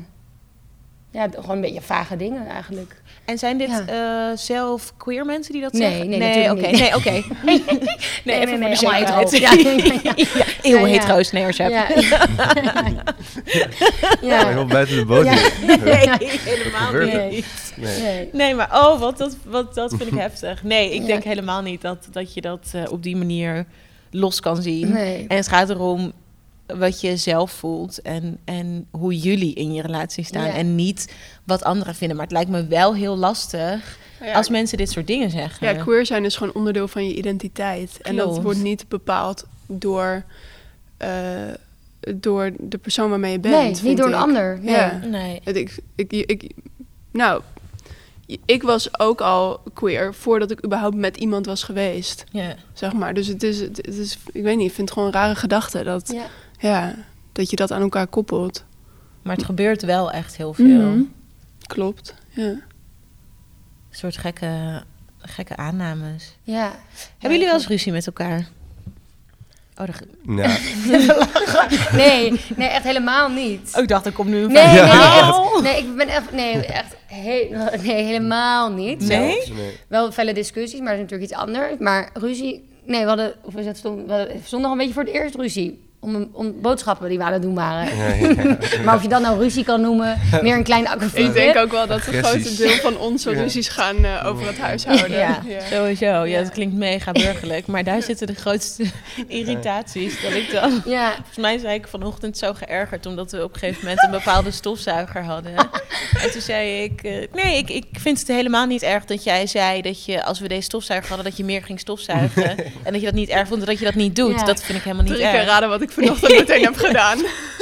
ja, gewoon een beetje vage dingen eigenlijk. En zijn dit Ja. eh, zelf queer mensen die dat Nee, zeggen? nee, natuurlijk oké. niet. Nee, oké. nee, nee, even nee, voor de allemaal zekerheid. hetero. Ja, ja, ja. ja, heel Ja, ja. hetero snares heb. Ja. Maar ja. heel buiten de boot. Ja. hier. Nee, helemaal gebeurt niet. het? Nee. Nee. Nee. Nee, maar oh, wat, dat, wat, dat vind ik heftig. Nee, ik Ja. denk helemaal niet dat, dat je dat uh, op die manier los kan zien. Nee. En het gaat erom wat je zelf voelt en, en hoe jullie in je relatie staan. Ja. En niet wat anderen vinden. Maar het lijkt me wel heel lastig Ja, als mensen dit soort dingen zeggen. ja, queer zijn is gewoon onderdeel van je identiteit. En dat Klopt. wordt niet bepaald door, uh, door de persoon waarmee je bent. Nee, niet vind door een ik. ander. Nee. Ja. Nee. Het, ik, ik, ik, nou, ik was ook al queer voordat ik überhaupt met iemand was geweest, Ja. zeg maar. Dus het is, het is ik weet niet, ik vind het gewoon een rare gedachte dat, Ja. ja, dat je dat aan elkaar koppelt. Maar het gebeurt wel echt heel veel. Mhm. Klopt, ja. Een soort gekke, gekke aannames. Ja. Hebben jullie wel eens ruzie met elkaar? Oh, dat... Ja. Nee, nee, echt helemaal niet. oh, ik dacht, er komt nu een Nee, nee, verhaal. nee, echt, nee, ik ben echt, nee, echt, he- nee, helemaal niet. Nee? Zelfs. Nee. Wel felle discussies, maar dat is natuurlijk iets anders. Maar ruzie, nee, we hadden, of we stond, we hadden zondag een beetje voor het eerst ruzie. om, om boodschappen die we aan het doen waren. Ja, ja, ja. Maar of je dat nou ruzie kan noemen, meer een kleine akkefietje. Ik denk ook wel dat een Agressies. groot deel van onze Ja. ruzies gaan uh, over het huishouden. Ja, Ja. sowieso. Ja, Ja. het klinkt mega burgerlijk. Maar daar zitten de grootste irritaties. Dat ik dan... Ja, Volgens mij zei ik vanochtend zo geërgerd... omdat we op een gegeven moment een bepaalde stofzuiger hadden. En toen zei ik... Uh, nee, ik, ik vind het helemaal niet erg dat jij zei... dat je, als we deze stofzuiger hadden... dat je meer ging stofzuigen. En dat je dat niet erg vond, dat je dat niet doet. Ja. Dat vind ik helemaal niet Drie keer erg. raden wat ik vanochtend meteen heb gedaan.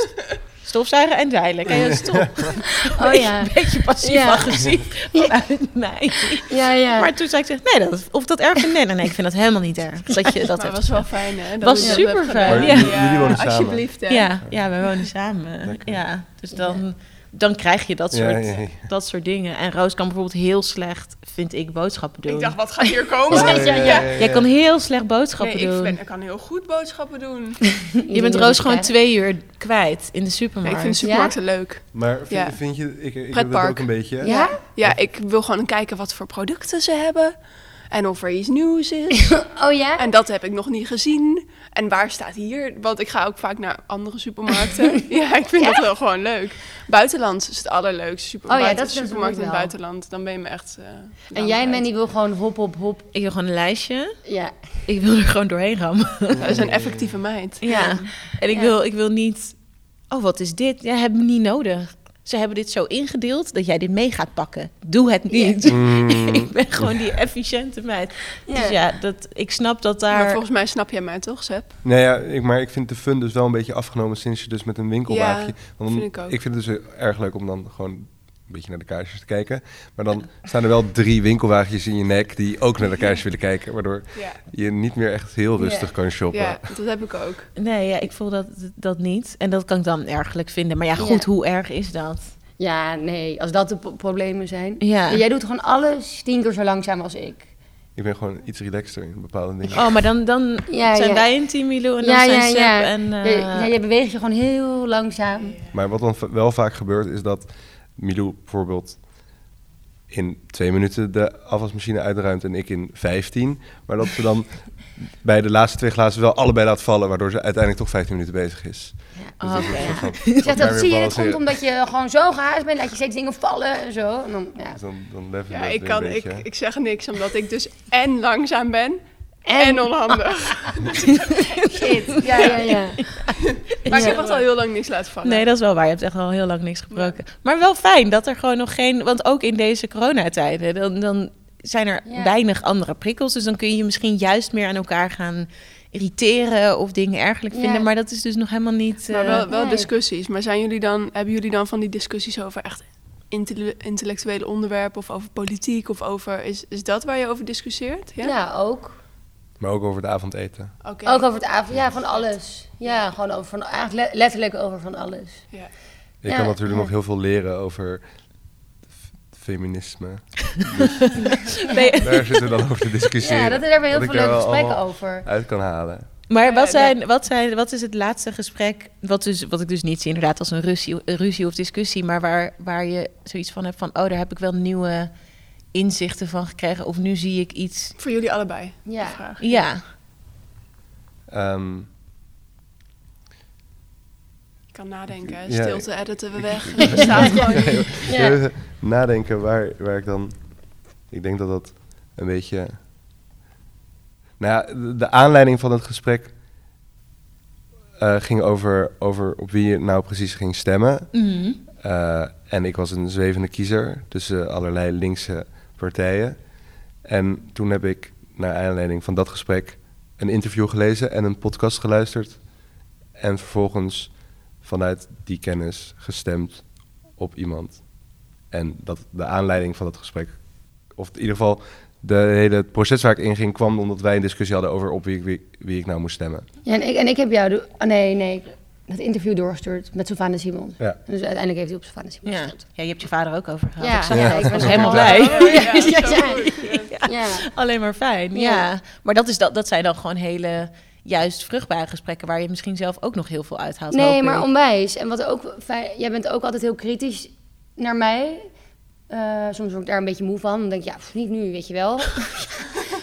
Stofzuigen en dweilen. Kan je stop? oh ja. Een beetje passief-agressief vanuit mij. Ja, ja. Maar toen zei ik, zeg, nee, dat, of dat erg vind nee, nee, nee, ik vind dat helemaal niet erg. Dat je dat Maar hebt het was wel fijn, hè? dat Was ik dat super heb fijn, gedaan. ja. Maar jullie wonen samen? Alsjeblieft, hè? Ja, ja, we wonen samen. Lekker. Ja, dus dan, dan krijg je dat Ja, soort, ja, ja. dat soort dingen. En Roos kan bijvoorbeeld heel slecht, vind ik, boodschappen doen. Ik dacht, wat gaat hier komen? Ja, ja, ja. Jij kan heel slecht boodschappen Nee, ik, doen. ben, ik kan heel goed boodschappen doen. Je bent Roos gewoon twee uur kwijt in de Nee, supermarkt. ik vind supermarkten leuk. Maar vind, Ja. vind je, ik, ik heb dat Pretpark. ook een beetje. Ja? Ja, ik wil gewoon kijken wat voor producten ze hebben. En of er iets nieuws is. Oh ja? En dat heb ik nog niet gezien. En waar staat hier? Want ik ga ook vaak naar andere supermarkten. Ja, ik vind Ja? dat wel gewoon leuk. Buitenland is het allerleukste. Super, Oh ja, buiten- dat is supermarkt in het natuurlijk wel. buitenland. Dan ben je me echt... Uh, En jij, Mandy, wil gewoon hop, hop, hop. Ik wil gewoon een lijstje. Ja. Ik wil er gewoon doorheen rammen. Dat is een effectieve meid. Ja, en ik, Ja. wil, ik wil niet... Oh, wat is dit? Ja, hebben we niet nodig. Ze hebben dit zo ingedeeld dat jij dit mee gaat pakken. Doe het niet. Mm, Ik ben gewoon die efficiënte meid. Ja. Dus ja, dat, ik snap dat daar... Maar volgens mij snap jij mij toch, Seb? nee, ja, ik, maar ik vind de fun dus wel een beetje afgenomen sinds je dus met een winkelwagentje... Ja, Want vind ik ook. ik vind het dus erg leuk om dan gewoon een beetje naar de kaarsjes te kijken. Maar dan staan er wel drie winkelwagentjes in je nek die ook naar de kaarsjes willen kijken. Waardoor Ja. je niet meer echt heel rustig Ja. kan shoppen. Ja, dat heb ik ook. Nee, ja, ik voel dat, dat niet. En dat kan ik dan ergelijk vinden. Maar ja, goed, Ja. hoe erg is dat? Ja, nee, als dat de pro- problemen zijn. Ja. Jij doet gewoon alles tien keer zo langzaam als ik. Ik ben gewoon iets relaxter in bepaalde dingen. Oh, maar dan, dan Ja, zijn ja. wij een team, Milou, en dan Ja, zijn ja, Seb ja. en... eh, Je, ja, je beweegt je gewoon heel langzaam. Maar wat dan va- wel vaak gebeurt is dat Milou bijvoorbeeld in twee minuten de afwasmachine uitruimt en ik in vijftien. Maar dat ze dan bij de laatste twee glazen wel allebei laat vallen, waardoor ze uiteindelijk toch vijftien minuten bezig is. Ja. Oh, Dus dat oké, is ja. een soort van- Ik zeg, elkaar dat weer zie je, dat balanceren. komt omdat je gewoon zo gehaast bent, laat je steeds dingen vallen en zo. En dan, ja. Dus dan, dan levelen Ja, we ik, het kan, weer een ik, beetje. ik zeg niks, omdat ik dus en langzaam ben en, En- onhandig. Shit. Ja, ja, ja. Maar ik Ja. heb echt al heel lang niks laten vallen. Nee, dat is wel waar. Je hebt echt al heel lang niks gebroken. Maar wel fijn dat er gewoon nog geen... Want ook in deze coronatijden, dan, dan zijn er Ja. weinig andere prikkels. Dus dan kun je je misschien juist meer aan elkaar gaan irriteren of dingen ergerlijk vinden. Ja. Maar dat is dus nog helemaal niet... Maar eh, wel, wel Nee. discussies. Maar zijn jullie dan, hebben jullie dan van die discussies over echt intelle- intellectuele onderwerpen of over politiek of over... Is, is dat waar je over discussieert? Ja? Ja, ook. Maar ook over het avondeten. Oké. Ook over het avond. Ja, van alles. Ja, gewoon over van, eigenlijk le- letterlijk over van alles. Ja. Ik Ja, kan natuurlijk ja. nog heel veel leren over f- feminisme. nee. Daar zitten we dan over te discussiëren. Ja, dat, daar hebben we heel Wat veel ik daar leuke wel gesprekken allemaal over. uit kan halen. Maar Ja, wat, ja, zijn, wat, zijn, wat is het laatste gesprek, wat, dus, wat ik dus niet zie inderdaad als een ruzie, een ruzie of discussie, maar waar, waar je zoiets van hebt van, oh, daar heb ik wel nieuwe inzichten van gekregen, of nu zie ik iets. Voor jullie allebei. Ja. de vraag. Ja, Ehm, Je kan nadenken. hè. Ja. Stilte editen we weg. Het staat gewoon niet. Ja. Even nadenken waar, waar ik dan... Ik denk dat dat een beetje... Nou ja, de, de aanleiding van het gesprek eh, ging over, over op wie je nou precies ging stemmen. Mhm. Eh, en ik was een zwevende kiezer tussen allerlei linkse partijen. En toen heb ik, naar aanleiding van dat gesprek, een interview gelezen en een podcast geluisterd. En vervolgens vanuit die kennis gestemd op iemand. En dat de aanleiding van dat gesprek, of in ieder geval de hele proces waar ik in ging, kwam omdat wij een discussie hadden over op wie ik, wie, wie ik nou moest stemmen. Ja, en ik, en ik heb jou, de, oh nee, nee, het interview doorgestuurd met Sylvana Simons. Ja. Dus uiteindelijk heeft hij op Sylvana Simons ja. gestemd. ja, je hebt je vader ook over gehad. Ja, Ik zag ja, dat. ik was helemaal helemaal- blij. Oh, ja, Ja, zo ja. goed. Ja. Alleen maar fijn, ja. Ja. Maar dat, is dat, dat zijn dan gewoon hele, juist vruchtbare gesprekken waar je misschien zelf ook nog heel veel uithaalt. Nee, hoop maar ik. onwijs. En wat ook fijn, jij bent ook altijd heel kritisch naar mij. Eh, soms word ik daar een beetje moe van. Dan denk ik, ja, pff, niet nu, weet je wel.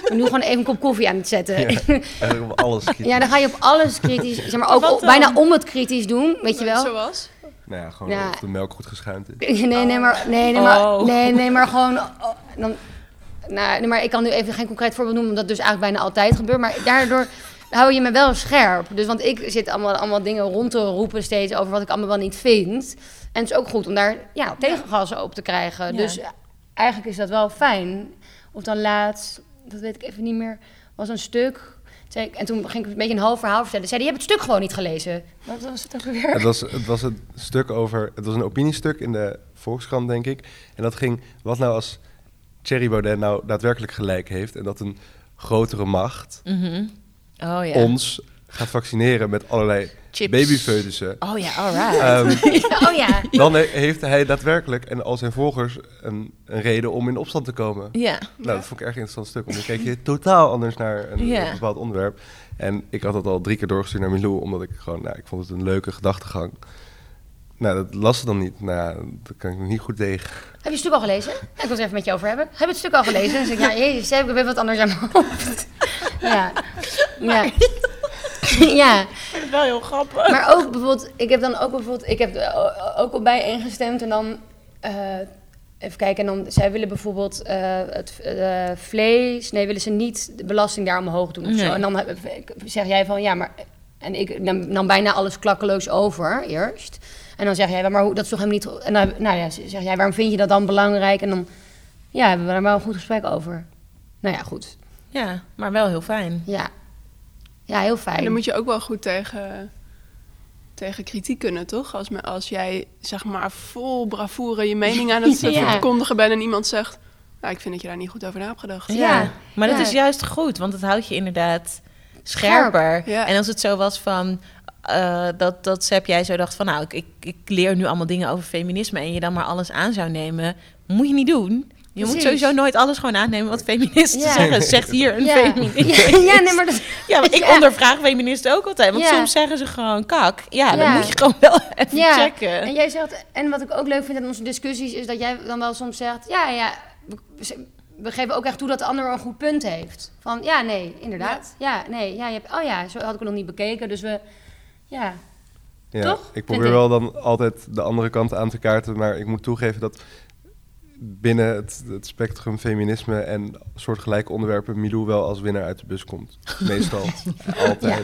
ben nu gewoon even een kop koffie aan het zetten. Ja, eigenlijk op alles kritisch. Ja, dan ga je op alles kritisch, zeg maar ook Wat op, dan? bijna om het kritisch doen, weet je wel? Zoals? Nou ja, gewoon Ja. of de melk goed geschuimd is. Nee, nee, maar, nee, nee, maar, Oh. nee, nee, maar gewoon... oh, dan, nou, nee, maar ik kan nu even geen concreet voorbeeld noemen, omdat dat dus eigenlijk bijna altijd gebeurt. Maar daardoor hou je me wel scherp. Dus want ik zit allemaal, allemaal dingen rond te roepen steeds over wat ik allemaal wel niet vind. En het is ook goed om daar ja, tegengas op te krijgen. Ja. Dus eigenlijk is dat wel fijn. Of dan laatst, dat weet ik even niet meer, was een stuk... Zei ik- En toen ging ik een beetje een half verhaal vertellen. Zei die, je hebt het stuk gewoon niet gelezen. Wat was het ook weer? Het was, het was een stuk over... Het was een opiniestuk in de Volkskrant, denk ik. En dat ging... Wat nou als Thierry Baudet nou daadwerkelijk gelijk heeft... en dat een grotere macht Mm-hmm. Oh ja. ons gaat vaccineren met allerlei Chips. babyfoetussen... Oh ja, alright. Ehm, Oh ja. dan he- heeft hij daadwerkelijk en al zijn volgers een, een reden om in opstand te komen. ja. Nou, dat vond ik erg een interessant stuk. Want dan keek je totaal anders naar een, Ja. een bepaald onderwerp. En ik had dat al drie keer doorgestuurd naar Milou, omdat ik gewoon, nou, ik vond het een leuke gedachtegang. Nou, dat las ze dan niet. Nou, ja, dat kan ik niet goed tegen. Heb je het stuk al gelezen? Ja, ik wil het er even met je over hebben. Heb je het stuk al gelezen? Dan zeg ik, ja, jezus, heb ik weer wat anders aan mijn hoofd. Ja. Ja. Ja. Dat is wel heel grappig. Maar ook bijvoorbeeld, ik heb dan ook bijvoorbeeld, ik heb er ook al bij ingestemd en dan, eh, even kijken, en dan, zij willen bijvoorbeeld eh, het eh, vlees, nee, willen ze niet de belasting daar omhoog doen of zo. Nee. En dan heb- zeg jij van, ja, maar, en ik nam, nam bijna alles klakkeloos over eerst. En dan zeg jij, maar hoe, dat is toch helemaal niet, en dan, nou ja, zeg jij, waarom vind je dat dan belangrijk? En dan, ja, hebben we daar wel een goed gesprek over. Nou ja, goed. Ja, maar wel heel fijn. Ja. Ja, heel fijn. En dan moet je ook wel goed tegen, tegen kritiek kunnen, toch? Als, me- als jij, zeg maar, vol bravoure je mening aan het Ja. verkondigen bent... en iemand zegt, nou, ik vind dat je daar niet goed over na hebt gedacht. Ja. Maar dat Ja. is juist goed, want het houdt je inderdaad scherper. Ja. En als het zo was van... eh, dat, dat Seb, jij zo dacht van... nou, ik, ik, ik leer nu allemaal dingen over feminisme... en je dan maar alles aan zou nemen... moet je niet doen. Je moet Precies. sowieso nooit alles gewoon aannemen wat feministen Ja. zeggen. Zegt hier een ja. feminist. Ja, ja, nee, maar dat... Ja, maar ik Ja. ondervraag feministen ook altijd. Want Ja. soms zeggen ze gewoon kak. Ja, dan Ja. moet je gewoon wel even Ja, checken. en jij zegt, en wat ik ook leuk vind in onze discussies, is dat jij dan wel soms zegt, ja, ja, we, we geven ook echt toe dat de ander een goed punt heeft. Van, ja, nee, inderdaad. Ja, nee, ja, je hebt, oh ja, zo had ik het nog niet bekeken, dus we, ja. Ja, Toch? ik Vind probeer ik. wel dan altijd de andere kant aan te kaarten, maar ik moet toegeven dat binnen het, het spectrum feminisme en soortgelijke onderwerpen Milou wel als winnaar uit de bus komt. Meestal. Altijd.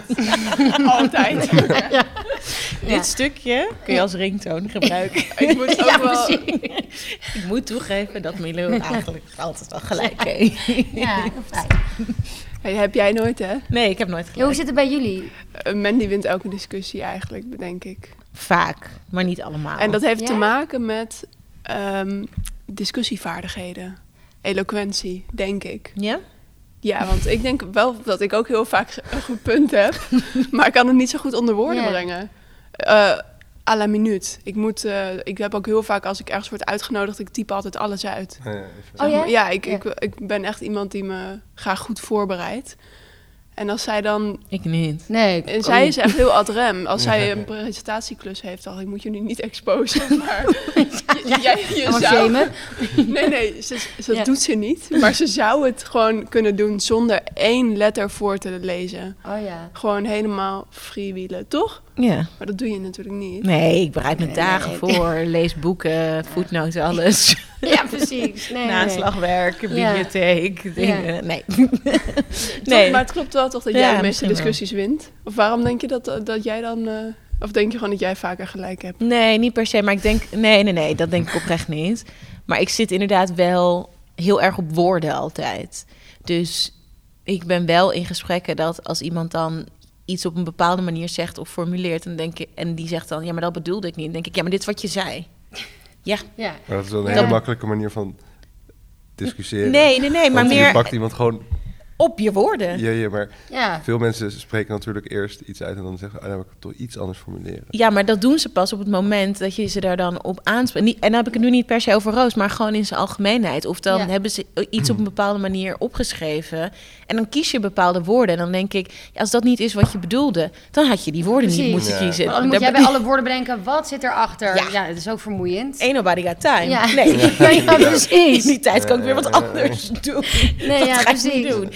Altijd. Ja. Dit stukje kun je als ringtoon gebruiken. Ik moet ook Ja, wel... precies. Ik moet toegeven dat Milou eigenlijk altijd wel gelijk heeft. Ja, heel fijn. Hey, heb jij nooit, hè? Nee, ik heb nooit Ja, gelijk. hoe zit het bij jullie? Uh, Mandy wint elke discussie eigenlijk, denk ik. Vaak, maar niet allemaal. En dat heeft Ja? te maken met ehm, discussievaardigheden. Eloquentie, denk ik. Ja? Ja, want ik denk wel dat ik ook heel vaak een goed punt heb. Maar ik kan het niet zo goed onder woorden Ja. brengen. Eh à la minuut. Ik, moet, eh, ik heb ook heel vaak, als ik ergens word uitgenodigd... ik type altijd alles uit. Ja, even- Oh ja? maar. Ja, ik, Ja. Ik, ik ben echt iemand die me graag goed voorbereidt. En als zij dan... Ik niet. Nee, ik En ook zij niet. is echt heel ad rem. Als zij een presentatieklus heeft, dacht ik, moet je nu niet exposen. Maar j- jij, je Allemaal zou... shamen. Nee, nee, ze, ze- dat Ja. doet ze niet. Maar ze zou het gewoon kunnen doen zonder één letter voor te lezen. Oh ja. Gewoon helemaal freewheelen, toch? Ja. Maar dat doe je natuurlijk niet. Nee, ik bereid me Nee, dagen nee. voor. Lees boeken, voetnoten, alles. Ja, precies. Nee, nee, nee. Naslagwerk, Ja. bibliotheek, dingen. Ja. Nee. Toch? nee. Maar het klopt wel toch dat Ja, jij de meeste misschien wel. discussies wint? Of waarom denk je dat, dat jij dan... eh, of denk je gewoon dat jij vaker gelijk hebt? Nee, niet per se. Maar ik denk... Nee, nee, nee. Dat denk ik oprecht niet. Maar ik zit inderdaad wel heel erg op woorden altijd. Dus ik ben wel in gesprekken dat als iemand dan iets op een bepaalde manier zegt of formuleert... Dan denk ik, en die zegt dan, ja, maar dat bedoelde ik niet. Dan denk ik, ja, maar dit is wat je zei. Ja. Ja. Maar dat is wel een Ja. hele makkelijke manier van discussiëren. Nee, nee, nee. Maar Want je meer pakt iemand gewoon... op je woorden. Ja, ja, maar Ja. veel mensen spreken natuurlijk eerst iets uit en dan zeggen, ah, dan moet ik het toch iets anders formuleren. Ja, maar dat doen ze pas op het moment dat je ze daar dan op aanspreekt. Niet- En dan heb ik het nu niet per se over Roos, maar gewoon in zijn algemeenheid. Of dan Ja. hebben ze iets op een bepaalde manier opgeschreven. En dan kies je bepaalde woorden. En dan denk ik, ja, als dat niet is wat je bedoelde, dan had je die woorden niet Precies. moeten Ja. kiezen. Maar dan moet Daar jij ben- bij alle woorden bedenken, wat zit erachter? Ja. Ja, dat is ook vermoeiend. Ain't nobody got time. Ja. Nee, Ja, ja, precies. in die tijd kan ik weer wat Ja, ja, ja. anders doen. Nee, dat ja, ga ik niet precies. doen.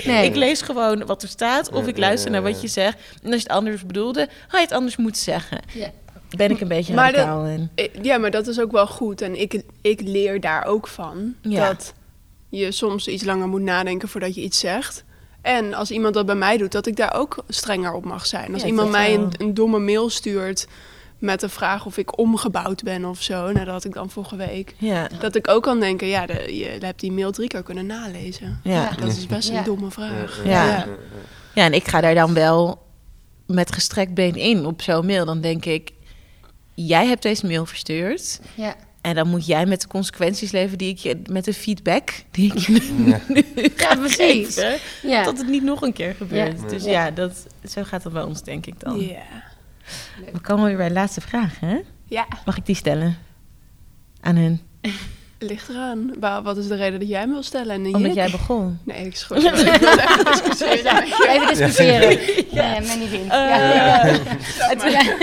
Nee. Ik lees gewoon wat er staat of ik luister naar wat je zegt. En als je het anders bedoelde, had je het anders moeten zeggen. Ja. Ben ik een beetje Maar radicaal in. Ja, maar dat is ook wel goed. En ik, ik leer daar ook van. Ja. Dat je soms iets langer moet nadenken voordat je iets zegt. En als iemand dat bij mij doet, dat ik daar ook strenger op mag zijn. Als Ja, iemand mij totaal. een, een domme mail stuurt met de vraag of ik omgebouwd ben of zo. Nou, dat had ik dan vorige week. Ja. Dat ik ook kan denken, ja, de, je hebt die mail drie keer kunnen nalezen. Ja. Dat is best een Ja. domme vraag. Ja. Ja. Ja, en ik ga daar dan wel met gestrekt been in op zo'n mail. Dan denk ik, jij hebt deze mail verstuurd. Ja. En dan moet jij met de consequenties leven die ik je, met de feedback die ik je nu, nu ga Ja, precies. geven, Ja. dat het niet nog een keer gebeurt. Ja. Dus Ja. ja, dat, zo gaat het bij ons, denk ik dan. Ja. We komen weer bij de laatste vraag, hè? Ja, Mag ik die stellen? Aan hun. ligt eraan. Wa- Wat is de reden dat jij me wil stellen? En niet Omdat ik? jij begon. Nee, ik schot. Ik wilde echt discussiëren. Even discussiëren. Ja, ja Manny vindt. Eh, Ja. het,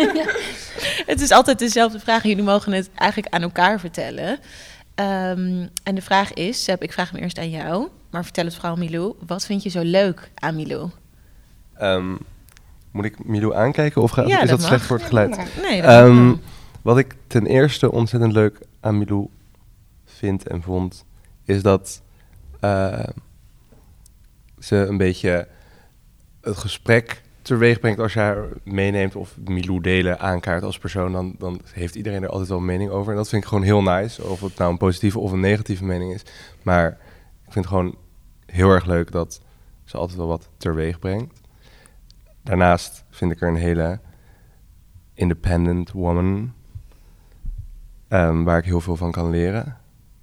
het is altijd dezelfde vraag. Jullie mogen het eigenlijk aan elkaar vertellen. Um, en de vraag is, Seb, ik vraag hem eerst aan jou. Maar vertel het vooral Milou. Wat vind je zo leuk aan Milou? Um, moet ik Milou aankijken of ga, Ja, is dat dat slecht mag. voor het geluid? Nee, dat Um, mag wel. wat ik ten eerste ontzettend leuk aan Milou vind en vond, is dat uh, ze een beetje het gesprek teweeg brengt als je haar meeneemt of Milou delen aankaart als persoon, dan, dan heeft iedereen er altijd wel een mening over. En dat vind ik gewoon heel nice, of het nou een positieve of een negatieve mening is. Maar ik vind het gewoon heel erg leuk dat ze altijd wel wat teweeg brengt. Daarnaast vind ik er een hele independent woman, um, waar ik heel veel van kan leren.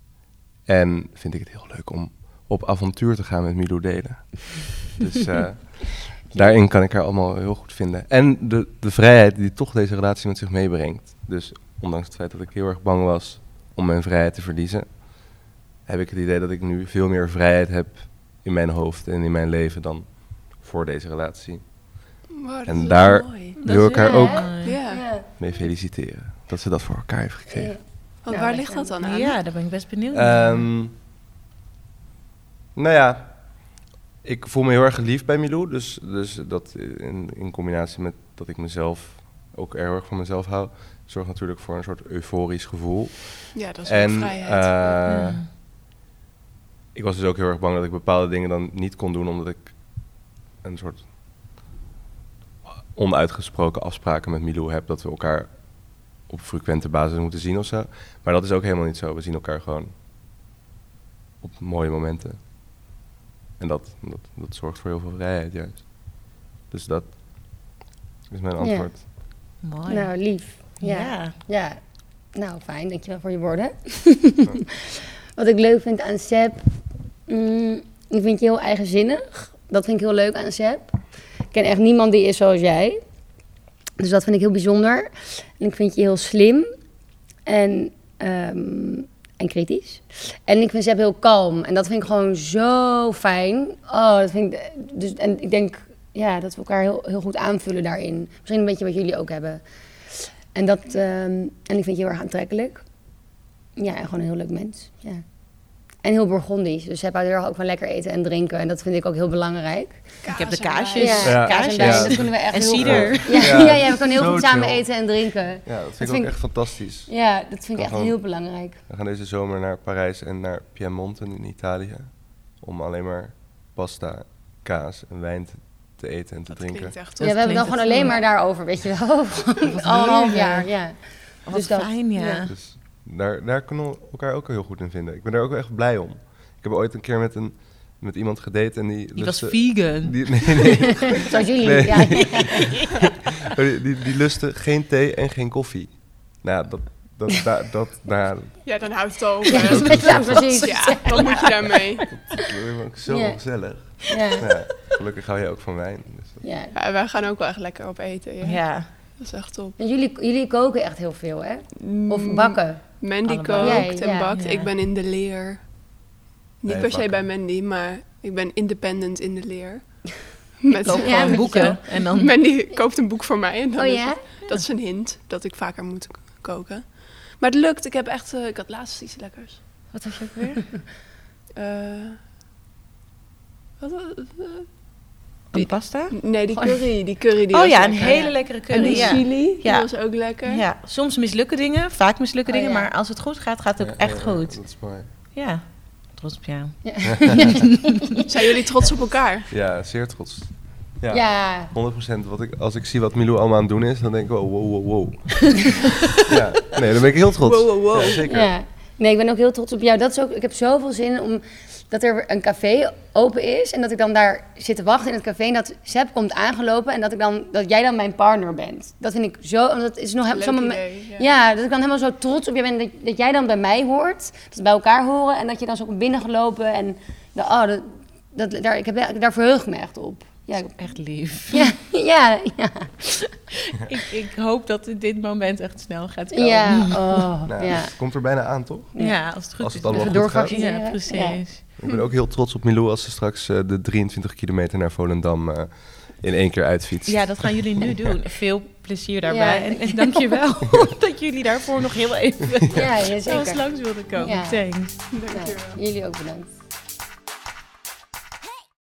En vind ik het heel leuk om op avontuur te gaan met Milou delen. Dus uh, daarin kan ik haar allemaal heel goed vinden. En de, de vrijheid die toch deze relatie met zich meebrengt. Dus ondanks het feit dat ik heel erg bang was om mijn vrijheid te verliezen, heb ik het idee dat ik nu veel meer vrijheid heb in mijn hoofd en in mijn leven dan voor deze relatie. Wow, dat En is daar mooi. wil ik haar wel ook mooi. Ja. Ja. mee feliciteren. Dat ze dat voor elkaar heeft gekregen. Want Nou, waar dat ligt dat dan aan? Ja, daar ben ik best benieuwd naar. Um, nou ja, ik voel me heel erg geliefd bij Milou. Dus, dus dat in, in combinatie met dat ik mezelf ook erg erg van mezelf hou, zorgt natuurlijk voor een soort euforisch gevoel. Ja, dat is En ook uh, vrijheid. Ja. ik was dus ook heel erg bang dat ik bepaalde dingen dan niet kon doen, omdat ik een soort onuitgesproken afspraken met Milou heb, dat we elkaar op frequente basis moeten zien of zo. Maar dat is ook helemaal niet zo. We zien elkaar gewoon op mooie momenten. En dat, dat, dat zorgt voor heel veel vrijheid juist. Dus dat is mijn antwoord. Mooi. Nou, lief. Ja. Ja. Ja. Nou, fijn. Dankjewel voor je woorden. Wat ik leuk vind aan Seb, mm, ik vind je heel eigenzinnig. Dat vind ik heel leuk aan Seb. Ik ken echt niemand die is zoals jij. Dus dat vind ik heel bijzonder. En ik vind je heel slim en, um, en kritisch. En ik vind Seb heel kalm. En dat vind ik gewoon zo fijn. Oh, dat vind ik... Dus, en ik denk ja, dat we elkaar heel, heel goed aanvullen daarin. Misschien een beetje wat jullie ook hebben. En, dat, um, en ik vind je heel erg aantrekkelijk. Ja, en gewoon een heel leuk mens. Ja. En heel Bourgondisch. Dus Seb houdt heel erg ook van lekker eten en drinken. En dat vind ik ook heel belangrijk. Ik heb de Kaas en kaasjes. Ja, Ja. kaas en Kaasjes. wijn, dat kunnen we echt En heel cider. goed. Ja, Ja. ja, ja, we kunnen heel Zo goed samen chill. eten en drinken. Ja, dat vind Dat ik vind ook ik- echt fantastisch. Ja, dat vind ik Kan echt gewoon- heel belangrijk. We gaan deze zomer naar Parijs en naar Piemonte in Italië. Om alleen maar pasta, kaas en wijn te, te eten en te Dat drinken. klinkt echt Dat Ja, we hebben dan klinkt gewoon echt alleen zo. maar daarover, weet je wel. Al een half jaar, ja. Wat Dus dat- fijn, ja. ja. Dus daar, daar kunnen we elkaar ook heel goed in vinden. Ik ben daar ook wel echt blij om. Ik heb ooit een keer met, een, met iemand gedate en die... Die was lustte- vegan. Die, nee, nee. Zoals jullie. Nee. Ja. Maar die, die, die lustte geen thee en geen koffie. Nou, dat... dat, dat, dat nou, Ja, dan houdt het op. Ja, hè. dat is met- ja, precies. Ja, dan moet je daarmee. dat is ook zo Ja. gezellig. Ja. Ja, gelukkig hou jij ook van wijn. Dus dat- Ja. Ja, wij gaan ook wel echt lekker op eten. Ja. Ja. Dat is echt top. En jullie, jullie koken echt heel veel, hè? Of Mm, bakken. Mandy Allebei. kookt Ja, en ja. bakt. Ja. Ik ben in de leer. Niet Nee, per se bakken. bij Mandy, maar ik ben independent in de leer. Met Loop Ja, gewoon met boeken. jou. En dan... Mandy koopt een boek voor mij. En dan Oh is ja? het- dat is een hint dat ik vaker moet k- koken. Maar het lukt. Ik heb echt... eh, ik had laatst iets lekkers. Wat was je ook weer? Eh, Wat, uh, Een pasta? nee, die curry. Die curry die Oh was ja, een lekker. hele lekkere En curry. die Ja. chili, die Ja. was ook lekker. Ja, soms mislukken dingen, vaak mislukken Oh, dingen, ja. maar als het goed gaat, gaat het ook Ja, echt ja, goed. Dat is mooi. Ja, trots op jou. Zijn jullie trots op elkaar? Ja, zeer trots. Ja, Ja. honderd procent. Wat ik, als ik zie wat Milou allemaal aan het doen is, dan denk ik, oh, wow, wow, wow. Ja, nee, dan ben ik heel trots. Wow, wow, wow. Ja, zeker. Ja. Nee, ik ben ook heel trots op jou. Dat is ook, ik heb zoveel zin om dat er een café open is en dat ik dan daar zit te wachten in het café en dat Sepp komt aangelopen en dat ik dan dat jij dan mijn partner bent. Dat vind ik zo, want dat is nog Leuk helemaal zo. idee, ja. Ja, dat ik dan helemaal zo trots op je ben dat, dat jij dan bij mij hoort, dat we bij elkaar horen en dat je dan zo binnengelopen en de, oh, dat, dat, daar, ik heb, daar verheug ik me echt op. Ja, ik- Echt lief. ja, ja, ja. Ik, ik hoop dat dit moment echt snel gaat komen. Ja, oh, Nou, ja. het komt er bijna aan, toch? Ja, als het goed Als is. het allemaal Even goed gaat. doorvaccineren. Ja, precies. Ik ben ook heel trots op Milou als ze straks eh, de drieëntwintig kilometer naar Volendam eh, in één keer uitfietst. Ja, dat gaan jullie nu doen. Veel plezier daarbij. Ja. En, en dank je wel dat jullie daarvoor nog heel even Ja, ja, zelfs zeker. langs wilden komen. Ja. Thanks. Ja, jullie ook bedankt.